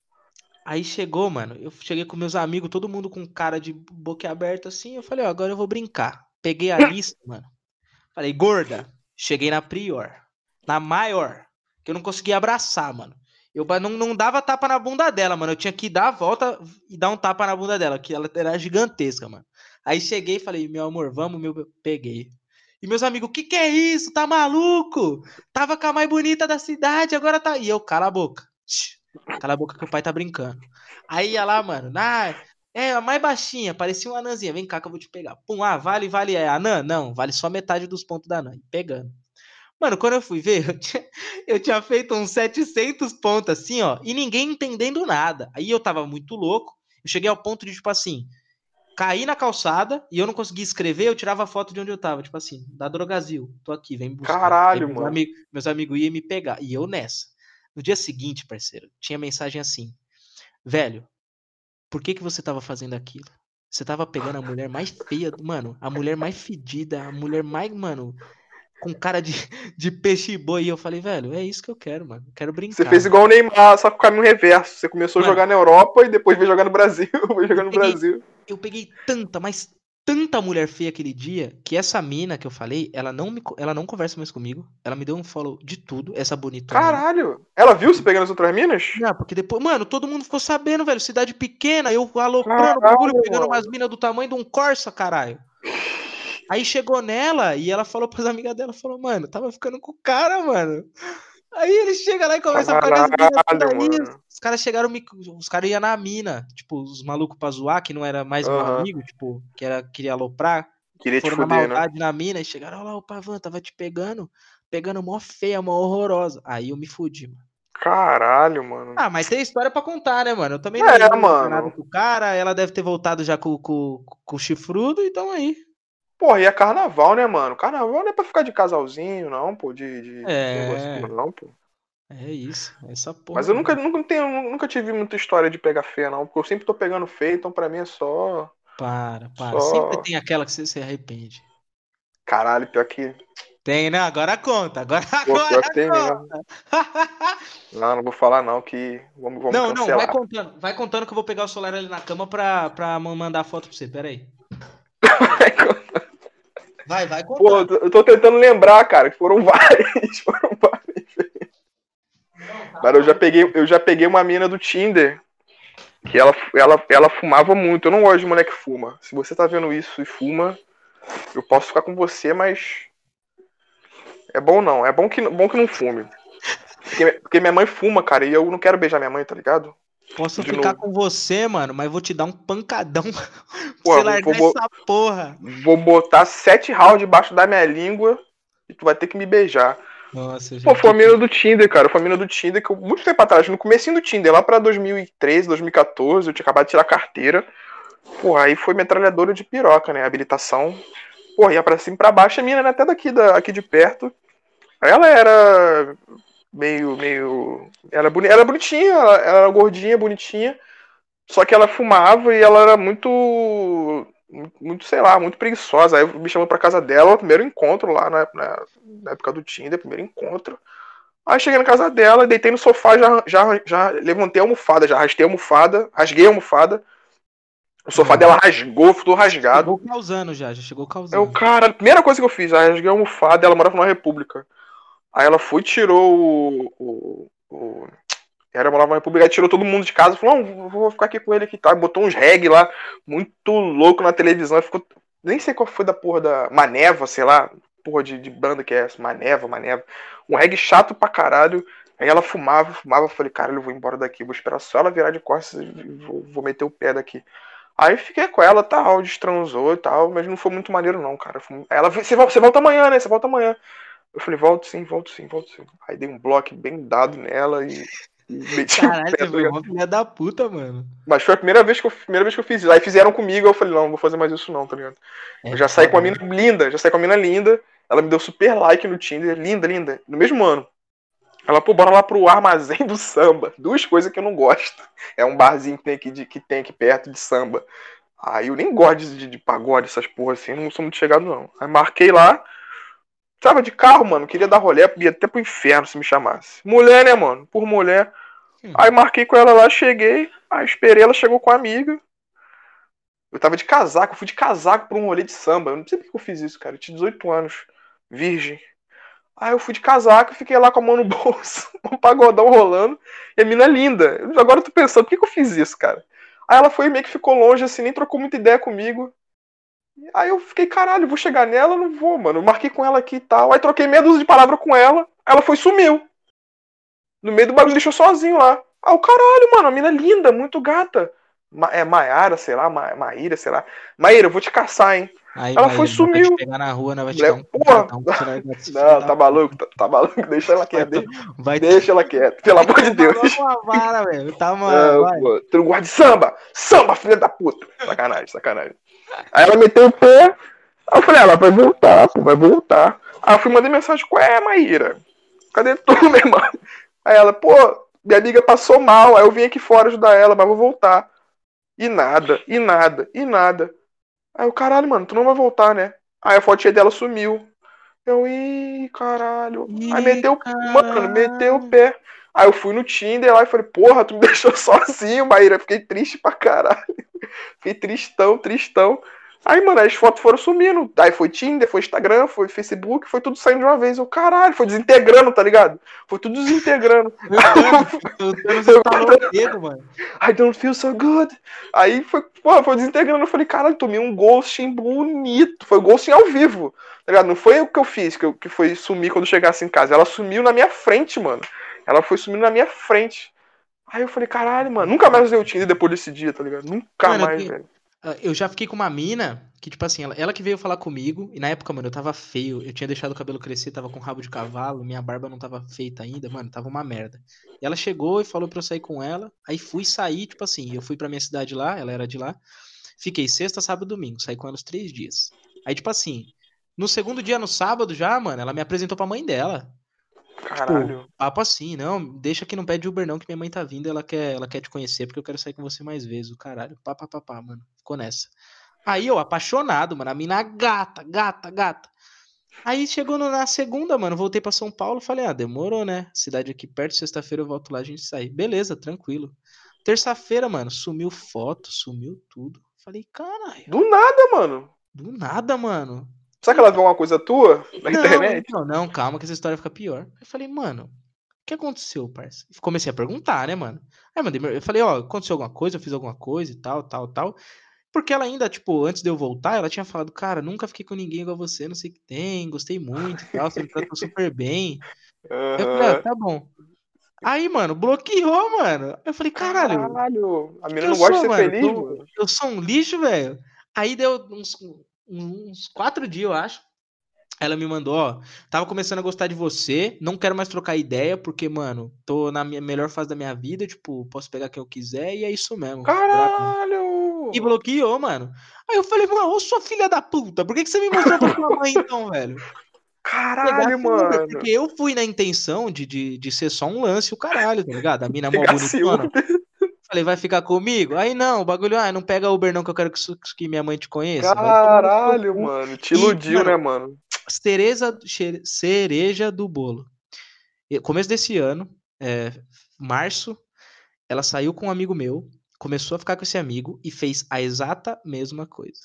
Aí chegou, mano. Eu cheguei com meus amigos, todo mundo com cara de boca aberta assim. Eu falei, ó, agora eu vou brincar. Peguei a lista, mano. Falei, gorda. Cheguei na prior. Na maior. Que eu não conseguia abraçar, mano. Eu ba- não, não dava tapa na bunda dela, mano. Eu tinha que dar a volta e dar um tapa na bunda dela, que ela era gigantesca, mano. Aí cheguei e falei, meu amor, vamos, meu. Peguei. E meus amigos, o que que é isso? Tá maluco? Tava com a mais bonita da cidade, agora tá. E eu, cala a boca. Shhh, cala a boca que o pai tá brincando. Aí ia lá, mano. Ah, é a mais baixinha, parecia uma anãzinha. Vem cá que eu vou te pegar. Pum, ah, vale, vale. É anã? Não, vale só metade dos pontos da anã. E pegando. Mano, quando eu fui ver, eu tinha, eu tinha feito uns setecentos pontos assim, ó, e ninguém entendendo nada. Aí eu tava muito louco. Eu cheguei ao ponto de, tipo assim, cair na calçada e eu não conseguia escrever, eu tirava foto de onde eu tava, tipo assim, da Drogazil, tô aqui, vem me buscar. Aí Caralho, meus mano. amigos, meus amigos iam me pegar, e eu nessa. No dia seguinte, parceiro, tinha mensagem assim, velho, por que que você tava fazendo aquilo? Você tava pegando a mulher mais feia, mano, a mulher mais fedida, a mulher mais, mano, com cara de, de peixe boi. E eu falei, velho, é isso que eu quero, mano, eu quero Você brincar, fez mano. igual o Neymar, só com o caminho reverso. Você começou a Mano, jogar na Europa e depois veio jogar no Brasil. Veio eu jogar no peguei, Brasil. eu peguei tanta, mas tanta mulher feia aquele dia que essa mina que eu falei, ela não me, co- ela não conversa mais comigo. Ela me deu um follow de tudo, essa bonitona aí. Caralho. Ela viu você pegando as outras minas? Não, porque depois, mano, todo mundo ficou sabendo, velho, cidade pequena, eu aloprando o bagulho, Caralho, pegando umas mano. minas do tamanho de um Corsa, caralho. Aí chegou nela e ela falou pras amigas dela, falou, mano, tava ficando com o cara, mano. Aí ele chega lá e começa a pagar as minas toda Caralho, aí. mano. Os caras chegaram, me- os caras iam na mina. Tipo, os malucos pra zoar, que não era mais meu Aham. amigo, tipo, que era, queria aloprar. Queria te Foram na fuder, né? maldade na mina e chegaram, olha lá, o Pavan tava te pegando, pegando mó feia, mó horrorosa. Aí eu me fudi, mano. Caralho, mano. Ah, mas tem história pra contar, né, mano? Eu também não, É, não ia dar nada mano. com o cara, ela deve ter voltado já com, com, com o chifrudo, então aí. Porra, e é carnaval, né, mano? Carnaval não é pra ficar de casalzinho, não, pô. De, de negocinho, É, não, pô. é isso, é essa porra Mas eu nunca, mesmo. nunca, tenho, nunca tive muita história de pegar feia, não. Porque eu sempre tô pegando feio, então pra mim é só. Para, para. Sempre Só. tem aquela que você se arrepende. Caralho, pior que. Tem, né? Agora conta. Agora, Pô, pior que agora tem mesmo. conta. Não, não vou falar, não, que. Vamos, vamos Não, não, vai cancelar. contando. Vai contando que eu vou pegar o celular ali na cama pra, pra mandar foto pra você. Pera aí. Vai, vai Pô, contando. eu tô tentando lembrar, cara, que foram vários. Foram vários. Não, tá Mas eu já bom. peguei, eu já peguei uma mina do Tinder que ela, ela, ela fumava muito. Eu não gosto de mulher que fuma. Se você tá vendo isso e fuma, eu posso ficar com você, mas é bom não. É bom que, bom que não fume. Porque, porque minha mãe fuma, cara, e eu não quero beijar minha mãe, tá ligado? Posso De ficar novo. com você, mano, mas vou te dar um pancadão pra você Pô, vou, largar vou, essa porra. vou botar sete rounds debaixo da minha língua e tu vai ter que me beijar. Nossa, eu Pô, já foi a fiquei. mina do Tinder, cara. Foi a mina do Tinder que eu, muito tempo atrás, no comecinho do Tinder, lá pra dois mil e treze, dois mil e quatorze, eu tinha acabado de tirar a carteira. Pô, aí foi metralhadora de piroca, né? Habilitação. Pô, ia pra cima e pra baixo, a mina era até daqui, da, aqui de perto. Aí ela era meio, meio... Ela, boni... ela era bonitinha, ela, ela era gordinha, bonitinha. Só que ela fumava e ela era muito... Muito, sei lá, muito preguiçosa. Aí me chamou pra casa dela, o primeiro encontro lá na, na, na época do Tinder, primeiro encontro. Aí cheguei na casa dela, deitei no sofá, já, já, já levantei a almofada, já arrastei a almofada, rasguei a almofada. O sofá Não. dela rasgou, ficou rasgado. Chegou causando já, já chegou Eu, causando. cara, a primeira coisa que eu fiz, eu rasguei a almofada, ela morava numa república. Aí ela foi e tirou o. o, o ela morava numa república, aí tirou todo mundo de casa, falou, não, vou ficar aqui com ele aqui, tá? Botou uns reggae lá, muito louco na televisão, ficou. Nem sei qual foi da porra da Maneva, sei lá, porra de, de banda que é essa, Maneva, Maneva. Um reggae chato pra caralho. Aí ela fumava, fumava, eu falei, cara, eu vou embora daqui, vou esperar só ela virar de costas e vou, vou meter o pé daqui. Aí fiquei com ela, tal, destransou e tal, mas não foi muito maneiro não, cara. Aí ela, você volta, você volta amanhã, né? Você volta amanhã. Eu falei, volto sim, volto sim, volto sim. Aí dei um bloco bem dado nela e, e meti Caralho, o pé, você tá foi ligado? uma filha da puta, mano. Mas foi a primeira vez que eu, primeira vez que eu fiz isso. Aí fizeram comigo, eu falei, não, não vou fazer mais isso não, tá ligado? É Eu já saí com foda, uma mina né? linda, já saí com uma mina linda. Ela me deu super like no Tinder, linda, linda. No mesmo ano. Ela, pô, bora lá pro Armazém do Samba. Duas coisas que eu não gosto. É um barzinho que tem aqui, de, que tem aqui perto de samba. Aí eu nem gosto de, de pagode, essas porra assim, não sou muito chegado não. Aí marquei lá, tava de carro, mano, queria dar rolê, ia até pro inferno se me chamasse. Mulher, né, mano? Por mulher. Hum. Aí marquei com ela lá, cheguei, aí esperei, ela chegou com a amiga. Eu tava de casaco, eu fui de casaco pra um rolê de samba. Eu não sei por que eu fiz isso, cara. Eu tinha dezoito anos, virgem. Aí eu fui de casaco e fiquei lá com a mão no bolso, um pagodão rolando. E a mina linda. Agora eu tô pensando, por que, que eu fiz isso, cara? Aí ela foi meio que ficou longe, assim, nem trocou muita ideia comigo. Aí eu fiquei, caralho, vou chegar nela? Não vou, mano. Eu marquei com ela aqui e tal. Aí troquei meia dúzia de palavra com ela. Ela foi e sumiu. No meio do bagulho, deixou sozinho lá. Ah, o caralho, mano, a mina linda, muito gata. Ma é Maiara, sei lá, Ma Maíra, sei lá. Maíra, eu vou te caçar, hein? Aí, Ela foi e Maíra, nós vai te sumiu. pegar na rua, nós vai te dar Mulher, um porra. cadão pra você largar desse filho Não, da tá maluco, tá, tá maluco. Deixa ela Vai, quieta. to... vai, Deixa ela quieta, pelo vai amor de tomar Deus. logo uma vara, velho. Tá, mano, Não, vai. pô, tu não gosta de samba? Samba, filha da puta. Sacanagem, sacanagem. Aí ela meteu o pé. Aí eu falei, ela vai voltar, pô, vai voltar. Aí eu fui mandei mensagem, qual é, Maíra? Cadê tu, meu irmão? Aí ela, pô, minha amiga passou mal, aí eu vim aqui fora ajudar ela, mas vou voltar. E nada, e nada, e nada. Aí eu, caralho, mano, tu não vai voltar, né? Aí a fotinha dela sumiu. Eu, ih, caralho. Aí Ih, meteu, mano, meteu o caralho. pé. Aí eu fui no Tinder lá e falei, porra, tu me deixou sozinho, Maíra. Fiquei triste pra caralho. Fiquei tristão, tristão. Aí, mano, as fotos foram sumindo. Aí foi Tinder, foi Instagram, foi Facebook, foi tudo saindo de uma vez. Eu, caralho, foi desintegrando, tá ligado? Foi tudo desintegrando. O Thanos, o Thanos instalou o dedo, mano. I don't feel so good. Aí foi, porra, foi desintegrando. Eu falei, caralho, tomei um ghosting bonito. Foi ghosting ao vivo, tá ligado? Não foi o que eu fiz, que, eu, que foi sumir quando eu chegasse em casa. Ela sumiu na minha frente, mano. Ela foi sumindo na minha frente. Aí eu falei, caralho, mano, nunca mais usei o Tinder depois desse dia, tá ligado? Nunca Mano, eu, mais, tenho- velho. ah, eu já fiquei com uma mina que, tipo assim, ela, ela que veio falar comigo, e na época, mano, eu tava feio, eu tinha deixado o cabelo crescer, tava com rabo de cavalo, minha barba não tava feita ainda, mano, tava uma merda. E ela chegou e falou pra eu sair com ela, aí fui sair, tipo assim, eu fui pra minha cidade lá, ela era de lá, fiquei sexta, sábado e domingo, saí com ela os três dias. Aí, tipo assim, no segundo dia, no sábado já, mano, ela me apresentou pra mãe dela. Tipo, Caralho. papo assim, não, deixa que não pede Uber não, que minha mãe tá vindo, ela quer, ela quer te conhecer, porque eu quero sair com você mais vezes, o caralho. Pá, pá, pá, pá, mano. Ficou nessa. Aí eu, apaixonado, mano, a mina gata, gata, gata. Aí chegou no- na segunda, mano, voltei pra São Paulo, falei, ah, demorou, né? Cidade aqui perto, sexta-feira eu volto lá, a gente sai. Beleza, tranquilo. Terça-feira, mano, sumiu foto, sumiu tudo. Falei, caralho, Do nada, mano. do nada, mano. Será que ela viu uma coisa tua na Não, internet? então, não, calma que essa história fica pior. Eu falei, mano, o que aconteceu, parça? Comecei a perguntar, né, mano? Aí eu mandei, eu falei, ó, aconteceu alguma coisa, eu fiz alguma coisa e tal, tal, tal. Porque ela ainda, tipo, antes de eu voltar, ela tinha falado, cara, nunca fiquei com ninguém igual você, não sei o que tem, gostei muito e tal, você me tratou super bem. Aí eu falei, ah, Aham. tá bom. Aí, mano, bloqueou, mano. Aí eu falei, caralho, o Caralho. A que menina que eu não gosta de sou, ser mano? feliz, Tô- mano. eu sou um lixo, velho? Aí deu uns, uns quatro dias, eu acho. Ela me mandou, ó, tava começando a gostar de você, não quero mais trocar ideia, porque, mano, tô na minha melhor fase da minha vida, tipo, posso pegar quem eu quiser e é isso mesmo. Brabo. E Caralho. bloqueou, mano. Aí eu falei, mano, ô sua filha da puta, por que, que você me mostrou pra sua mãe então, velho? Caralho, ciúme, mano. porque eu fui na intenção de, de, de ser só um lance, o caralho, tá ligado? A mina mó Pegar ciúme. bonitona. Falei, vai ficar comigo? Aí não, o bagulho, ah, não pega Uber não, que eu quero que, su- que minha mãe te conheça. Vai tomar no seu Caralho, cu. mano. Te E, iludiu, mano, né, mano? cereja, che- cereja do bolo. E, começo desse ano, é, março, ela saiu com um amigo meu, começou a ficar com esse amigo e fez a exata mesma coisa.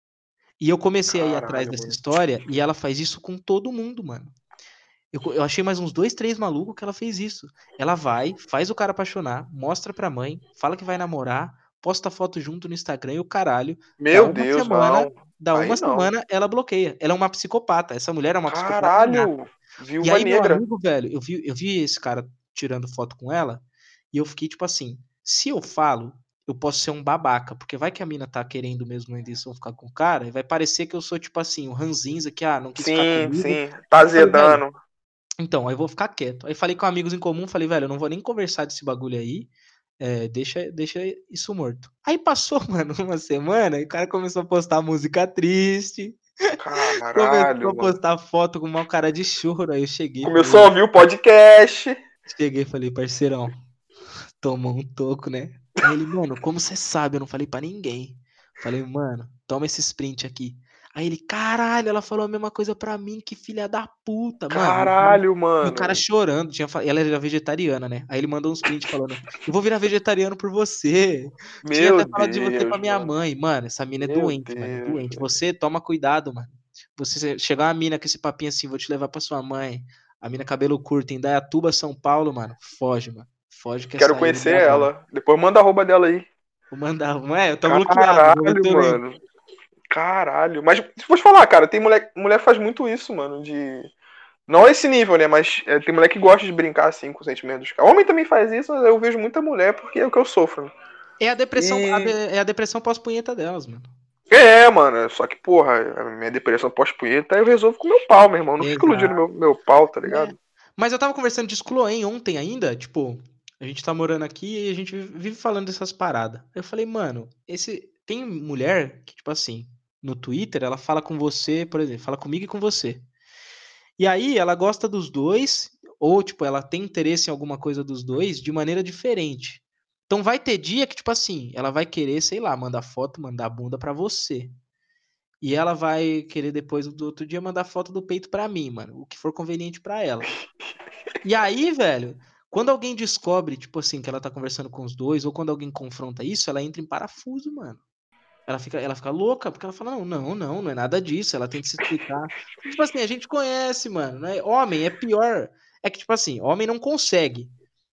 E eu comecei a ir atrás Caralho, dessa mano. história e ela faz isso com todo mundo, mano. Eu, co- eu achei mais uns dois, três malucos que ela fez isso. Ela vai, faz o cara apaixonar, mostra pra mãe, fala que vai namorar, posta foto junto no Instagram e o caralho. Dá Meu uma Deus, semana, não. dá Aí uma não. semana, ela bloqueia. Ela é uma psicopata. Essa mulher é uma psicopata nata. Caralho. E Viúva aí, meu negra. amigo, velho, eu vi, eu vi esse cara tirando foto com ela e eu fiquei tipo assim: se eu falo, eu posso ser um babaca, porque vai que a mina tá querendo mesmo na intenção ficar com o cara e vai parecer que eu sou tipo assim, o ranzinza que, ah, não quis ficar Sim, comigo. sim. Tá Eu falei, velho, azedando. então, aí eu vou ficar quieto. Aí falei com amigos em comum, falei, velho, eu não vou nem conversar desse bagulho aí. É, deixa, deixa isso morto. Aí passou, mano, uma semana e o cara começou a postar música triste, começou Caralho, a mano. postar foto com uma cara de choro. Aí eu cheguei e Começou a falei, ouvir o podcast. cheguei e falei, parceirão, tomou um toco, né? Aí ele, mano, como você sabe? Eu não falei pra ninguém. Falei, mano, toma esse sprint aqui. Aí ele, caralho, ela falou a mesma coisa pra mim, que filha da puta, mano. E o cara, Caralho, e o cara mano. chorando, tinha, fa- ela era vegetariana, né? Aí ele mandou uns prints falando, eu vou virar vegetariano por você. Tinha Meu até falado de você pra Deus, minha mano. mãe. Mano, essa mina é Meu doente, mano, é Deus, doente. velho. Você toma cuidado, mano. Você chegar uma mina com esse papinho assim, vou te levar pra sua mãe. A mina cabelo curto em Dayatuba, São Paulo, mano. Foge, mano. Foge que Quero essa aí é conhecer minha avó. ela. Depois manda a arroba dela aí. Vou mandar. Não é, eu tô bloqueado, não vou ver Caralho, também. mano. Caralho. Mas, se for te falar, cara, tem mulher. Mulher faz muito isso, mano. De. Não esse nível, né? Mas é, tem mulher que gosta de brincar assim com os sentimentos dos caras. Homem também faz isso, mas eu vejo muita mulher porque é o que eu sofro. Né? É a depressão, a de- E. é a depressão pós-punheta delas, mano. É, mano. Só que, porra, a minha depressão pós-punheta eu resolvo com meu pau, meu irmão. Não fico iludindo Exato. meu, meu pau, tá É. ligado? Mas eu tava conversando disso com o Loen ontem ainda, tipo, a gente tá morando aqui e a gente vive falando dessas paradas. Eu falei, mano, esse tem mulher que, tipo assim, no Twitter, ela fala com você, por exemplo, fala comigo e com você. E aí ela gosta dos dois, ou tipo, ela tem interesse em alguma coisa dos dois de maneira diferente. Então vai ter dia que, tipo assim, ela vai querer, sei lá, mandar foto, mandar bunda pra você. E ela vai querer depois do outro dia mandar foto do peito pra mim, mano. O que for conveniente pra ela. E aí, velho, quando alguém descobre, tipo assim, que ela tá conversando com os dois, ou quando alguém confronta isso, ela entra em parafuso, mano. Ela fica, ela fica louca, porque ela fala, não, não, não, não é nada disso. Ela tenta se explicar. Tipo assim, a gente conhece, mano, né? Homem é pior. É que, tipo assim, homem não consegue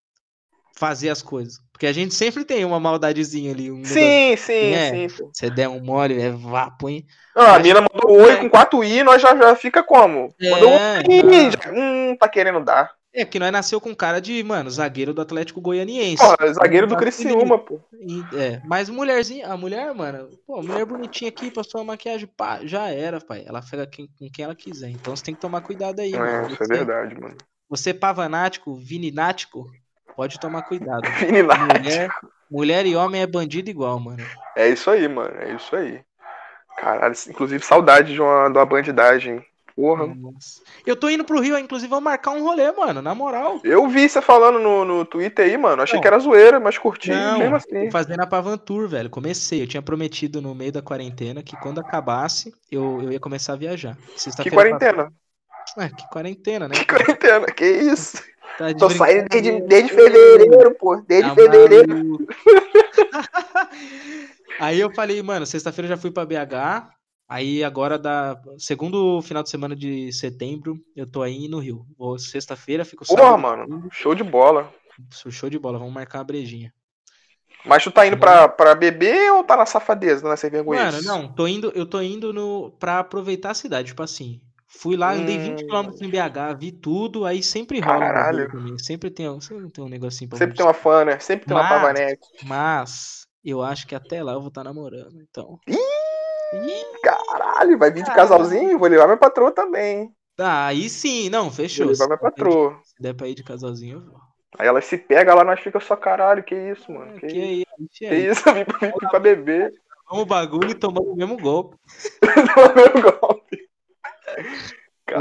fazer as coisas. Porque a gente sempre tem uma maldadezinha ali, um negócio Sim, assim, sim, é. sim, pô. Você der um mole, é vá, põe. Ah, a Mas a mina gente mandou oi com consegue. quatro i, nós já, já fica como? Mandou É, oi, não. já, hum, tá querendo dar. É que nós nasceu com cara de, mano, zagueiro do Atlético Goianiense. Porra, Aí zagueiro não do dá feliz. Criciúma, pô. E- É, mas mulherzinha, a mulher, mano, pô, mulher bonitinha aqui, passou a maquiagem, pá, já era, pai. Ela pega quem, com quem ela quiser. Então você tem que tomar cuidado aí, mano. É, isso é Você, verdade, mano. você pavanático, vininático, pode tomar cuidado. Fininati. Mulher, mulher e homem é bandido igual, mano. É isso aí, mano, é isso aí. Caralho, inclusive saudade de uma, de uma bandidagem. Porra. Nossa. Eu tô indo pro Rio, inclusive, vou marcar um rolê, mano, na moral. Eu vi você falando no, no Twitter aí, mano. Achei que Não, era zoeira, mas curti mesmo não, tô assim. fazendo a Pavantur, velho. Comecei. Eu tinha prometido no meio da quarentena que quando acabasse, eu, eu ia começar a viajar. Que Sexta-feira passada. quarentena? É, que quarentena, né, Que pai? quarentena? Que isso? Tá de Tô saindo desde, brincadeira. desde Ei, fevereiro, pô. Desde tá fevereiro. maluco. Aí eu falei, mano, sexta-feira eu já fui pra B H. Aí agora, da segundo final de semana de setembro, eu tô aí no Rio. Vou sexta-feira, fico Porra, sábado, mano. domingo. Show de bola. Show de bola, vamos marcar uma brejinha. Mas tu tá indo Aí, pra, pra beber ou tá na safadeza, na sem mano, vergonhice? não, tô indo, eu tô indo no, pra aproveitar a cidade, tipo assim. Fui lá, andei vinte Hum, quilômetros em B H, vi tudo, aí sempre rola um bagulho caralho. também. Sempre tem, sempre tem um negocinho pra Sempre tem uma mostrar. fã, né? Sempre tem uma Mas, pavanete. mas, eu acho que até lá eu vou estar namorando, então. Ih, Ih, caralho. Vai vir de caralho. casalzinho? Vou levar minha patroa também. Tá, aí sim, não, Vou fechou. levar Se minha der pra ir de, patroa. se der pra ir de casalzinho, eu vou. Aí ela se pega lá, nós fica só caralho. Que isso, mano? É, Que que isso? aí, gente, Que aí. isso? Vim pra, vim pra beber. Tomamos o bagulho e tomamos o mesmo golpe. Não é meu golpe. Porra. Caralho.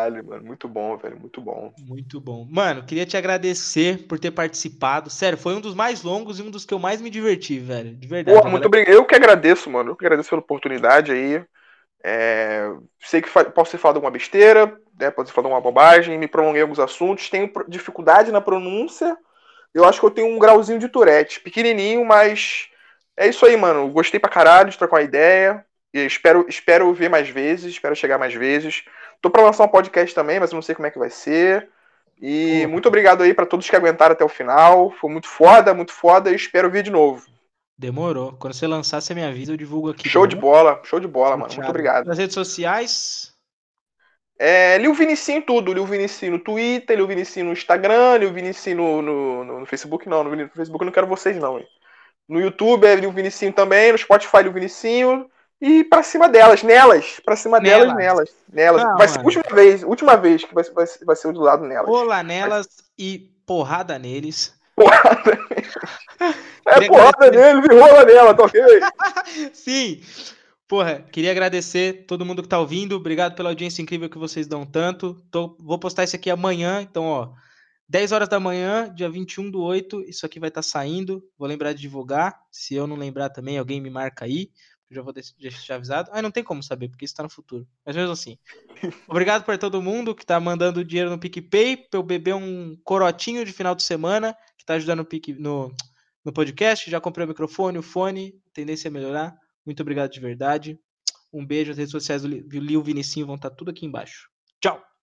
caralho, mano. Muito bom, velho. Muito bom. Muito bom. Mano, queria te agradecer por ter participado. Sério, foi um dos mais longos e um dos que eu mais me diverti, velho. De verdade. Pô, muito obrigado. Eu que agradeço, mano. Eu que agradeço pela oportunidade aí. É, sei que posso ter falado alguma besteira, né, posso ter falado alguma bobagem, me prolonguei em alguns assuntos, tenho dificuldade na pronúncia. Eu acho que eu tenho um grauzinho de Tourette, pequenininho, mas é isso aí, mano. Gostei pra caralho de trocar uma ideia. E espero, espero ver mais vezes, espero chegar mais vezes. Tô pra lançar um podcast também, mas eu não sei como é que vai ser. E Pô, muito obrigado aí pra todos que aguentaram até o final. Foi muito foda, muito foda e espero vir de novo. demorou. Quando você lançar, você me avisa, eu divulgo aqui. Show de Beleza? bola, show de bola, mano. Muito Fechado. obrigado. Nas redes sociais. É, Lil Vinicinho em tudo. Lil Vinicinho no Twitter, Lil Vinicinho no Instagram, Lil Vinicinho no, no, no, no Facebook, não. No Facebook eu não quero vocês, não. Hein? No YouTube é Lil Vinicinho também, no Spotify Lil Vinicinho. E pra cima delas, nelas. Pra cima delas, Nelas. nelas. Nelas. Não, Vai ser a mano. última vez, última vez que vai, vai, vai ser o do lado nelas. Olá nelas e porrada neles. Porrada. É Queria porrada agradecer- neles e rola nela, tá ok? Sim. Porra, queria agradecer todo mundo que tá ouvindo. Obrigado pela audiência incrível que vocês dão tanto. Tô- vou postar isso aqui amanhã. Então, ó, dez horas da manhã, dia vinte e um do oito, isso aqui vai estar saindo. Vou lembrar de divulgar. Se eu não lembrar também, alguém me marca aí. Eu já vou deix- deixar avisado. Ah, não tem como saber, porque isso tá no futuro. Mas mesmo assim. Obrigado por todo mundo que tá mandando dinheiro no PicPay pra eu beber um corotinho de final de semana, que tá ajudando no, Pic- no, no podcast. Já comprei o microfone, o fone. Tendência é melhorar. Muito obrigado de verdade. Um beijo. As redes sociais do Li- do Lil Vinicinho vão estar tudo aqui embaixo. Tchau!